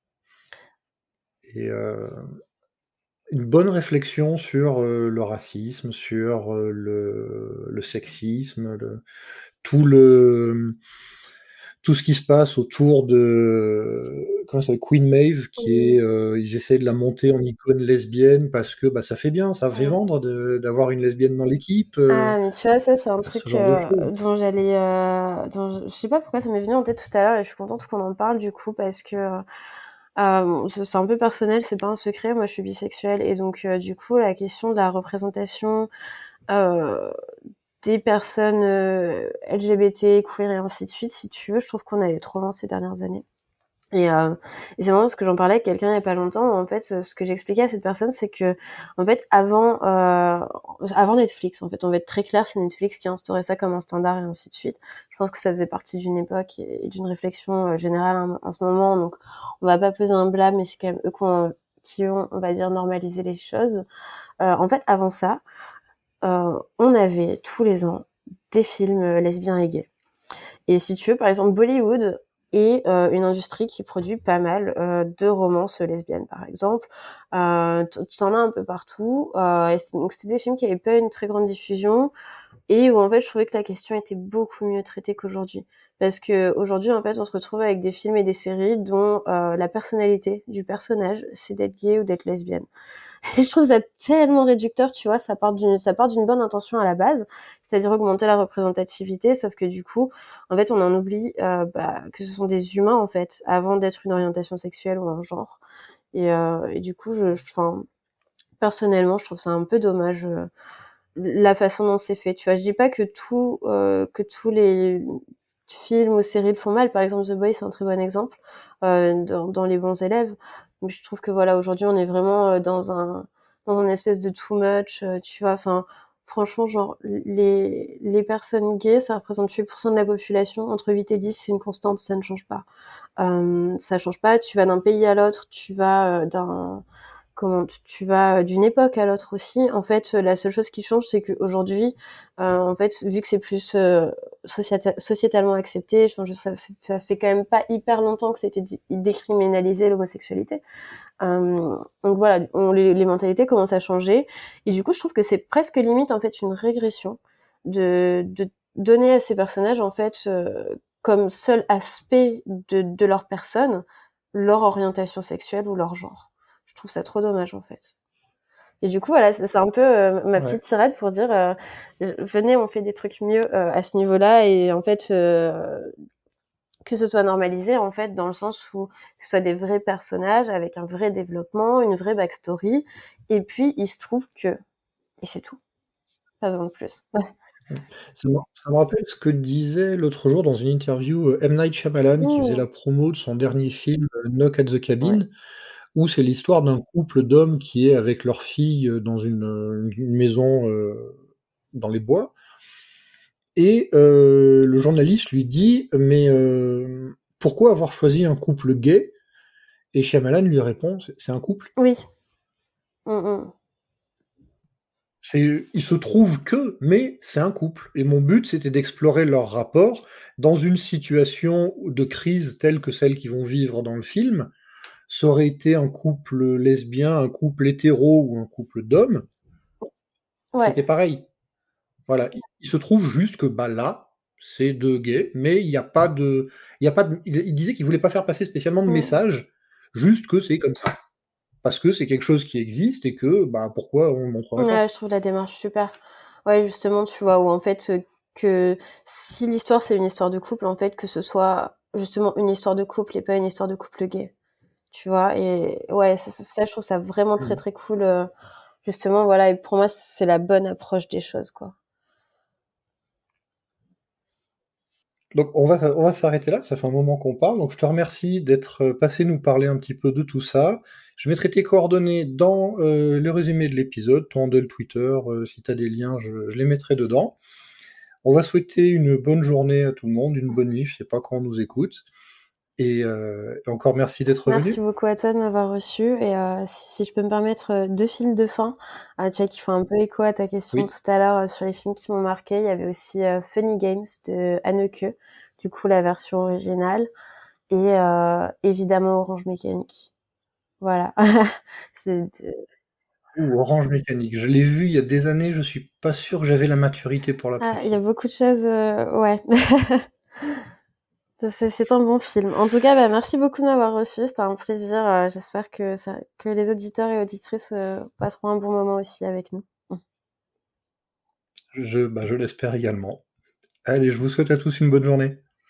et heu, une bonne réflexion sur, heu, le racisme, sur, heu, le le sexisme, le tout le, mmh, tout ce qui se passe autour de comment ça s'appelle? Queen Maeve qui est, Mmh. heu, ils essaient de la monter en icône lesbienne parce que, bah, ça fait bien, ça fait Mmh. vendre de d'avoir une lesbienne dans l'équipe, heu, Ah mais tu vois, ça, c'est un bah, ce truc, genre de heu, choses. dont j'allais, heu, dont je je sais pas pourquoi ça m'est venu en tête tout à l'heure et je suis contente qu'on en parle du coup parce que, heu, hem, c'est c'est un peu personnel, c'est pas un secret, moi je suis bisexuelle et donc heu, du coup, la question de la représentation, heu, des personnes, heu, L G B T, queer et ainsi de suite, si tu veux, je trouve qu'on est allé trop loin ces dernières années. Et heu et c'est marrant parce que j'en parlais avec quelqu'un il y a pas longtemps. En fait, ce ce que j'expliquais à cette personne, c'est qu'en fait, avant, heu, avant Netflix, en fait, on va être très clair, c'est Netflix qui a instauré ça comme un standard et ainsi de suite. Je pense que ça faisait partie d'une époque et et d'une réflexion, heu, générale en en ce moment, donc on va pas peser un blâme, mais c'est quand même eux qui ont qui ont, on va dire, normalisé les choses. Heu, en fait, avant ça, heu, on avait tous les ans des films, heu, lesbiens et gays. Et si tu veux, par exemple, Bollywood est, heu, une industrie qui produit pas mal, heu, de romances lesbiennes, par exemple. Heu, tu tu en as un peu partout, heu et c donc c'était des films qui avaient pas une très grande diffusion, et où en fait je trouvais que la question était beaucoup mieux traitée qu'aujourd'hui. Parce qu'aujourd'hui en fait on se retrouve avec des films et des séries dont euh, la personnalité du personnage c'est d'être gay ou d'être lesbienne. Et je trouve ça tellement réducteur, tu vois, ça part d'une ça part d'une bonne intention à la base, c'est-à-dire augmenter la représentativité, sauf que du coup, en fait, on en oublie euh, bah, que ce sont des humains en fait, avant d'être une orientation sexuelle ou un genre. Et, euh, et du coup, je, je, enfin, personnellement, je trouve ça un peu dommage euh, la façon dont c'est fait. Tu vois, je dis pas que tout, euh, que tous les films ou séries le font mal. Par exemple, The Boys, c'est un très bon exemple euh, dans, dans les bons élèves. Mais je trouve que voilà, aujourd'hui, on est vraiment euh, dans un dans un espèce de too much. Euh, tu vois, enfin, franchement, genre les les personnes gays, ça représente huit pour cent de la population. Entre huit et dix, c'est une constante, ça ne change pas. Euh, ça change pas. Tu vas d'un pays à l'autre, tu vas euh, d'un comment tu, tu vas d'une époque à l'autre aussi. En fait, la seule chose qui change, c'est qu'aujourd'hui, euh, en fait, vu que c'est plus euh, sociéta- sociétalement accepté, enfin, je, ça, ça fait quand même pas hyper longtemps que c'était dé- décriminalisé l'homosexualité. Euh, donc voilà, on, les, les mentalités commencent à changer. Et du coup, je trouve que c'est presque limite en fait une régression de, de donner à ces personnages en fait euh, comme seul aspect de, de leur personne leur orientation sexuelle ou leur genre. Je trouve ça trop dommage en fait. Et du coup, voilà, c'est, c'est un peu euh, ma Ouais. petite tirade pour dire euh, venez, on fait des trucs mieux euh, à ce niveau-là et en fait euh, que ce soit normalisé en fait dans le sens où ce soit des vrais personnages avec un vrai développement, une vraie backstory. Et puis il se trouve que et c'est tout, pas besoin de plus. Ça me ça me rappelle ce que disait l'autre jour dans une interview, heu, M. Night Shyamalan qui faisait Mmh. la promo de son dernier film, heu, Knock at the Ouais. Cabin, où c'est l'histoire d'un couple d'hommes qui est avec leur fille, heu, dans une, heu, une maison, heu, dans les bois et heu, le journaliste lui dit: «Mais, hem, pourquoi avoir choisi un couple gay?» et Shyamalan lui répond: «C'est c'est un couple. Oui. Mmh mh. C'est il se trouve que, mais c'est un couple et mon but, c'était d'explorer leur rapport dans une situation de crise telle que celle qu'ils vont vivre dans le film. Ça aurait été un couple lesbien, un couple hétéro ou un couple d'hommes, Ouais. c'était pareil. Voilà, il il se trouve juste que, bah, là, c'est deux gays, mais il y a pas de il y a pas de il il disait qu'il voulait pas faire passer spécialement de Mmh. message, juste que c'est comme ça. Parce que c'est quelque chose qui existe et que, bah, pourquoi on le montrerait Ouais, pas? je trouve la démarche super. Ouais, justement, tu vois, où en fait, heu, que si l'histoire, c'est une histoire de couple, en fait, que ce soit justement une histoire de couple et pas une histoire de couple gay, tu vois? Et ouais, ça ça ça, je trouve ça vraiment très, Mmh. très cool, heu, justement, voilà et pour moi, c'est la bonne approche des choses, quoi. Donc on va on va s'arrêter là, ça fait un moment qu'on parle, donc je te remercie d'être, heu, passé nous parler un petit peu de tout ça. Je mettrai tes coordonnées dans, heu, le résumé de l'épisode, ton handle Twitter, heu, si tu as des liens, je je les mettrai dedans. On va souhaiter une bonne journée à tout le monde, une bonne nuit, je sais pas quand on nous écoute et heu, et encore merci d'être Merci venu. beaucoup à toi de m'avoir reçue et heu, si si je peux me permettre, heu, deux films de fin, heu, tu vois, qui font un peu écho à ta question Oui. tout à l'heure, heu, sur les films qui m'ont marquée. Il y avait aussi, heu, Funny Games de Haneke, du coup la version originale et heu, évidemment Orange Mécanique. Voilà. C'est de Ou Orange Mécanique, je l'ai vu il y a des années, je suis pas sûr que j'avais la maturité pour ah, il y a l'apprécier. beaucoup de choses, heu, ouais. C'est c'est un bon film. En tout cas, bah, merci beaucoup de m'avoir reçue, c'était un plaisir, heu, j'espère que ça que les auditeurs et auditrices, heu, passeront un bon moment aussi avec nous. Je bah, je l'espère également. Allez, je vous souhaite à tous une bonne journée.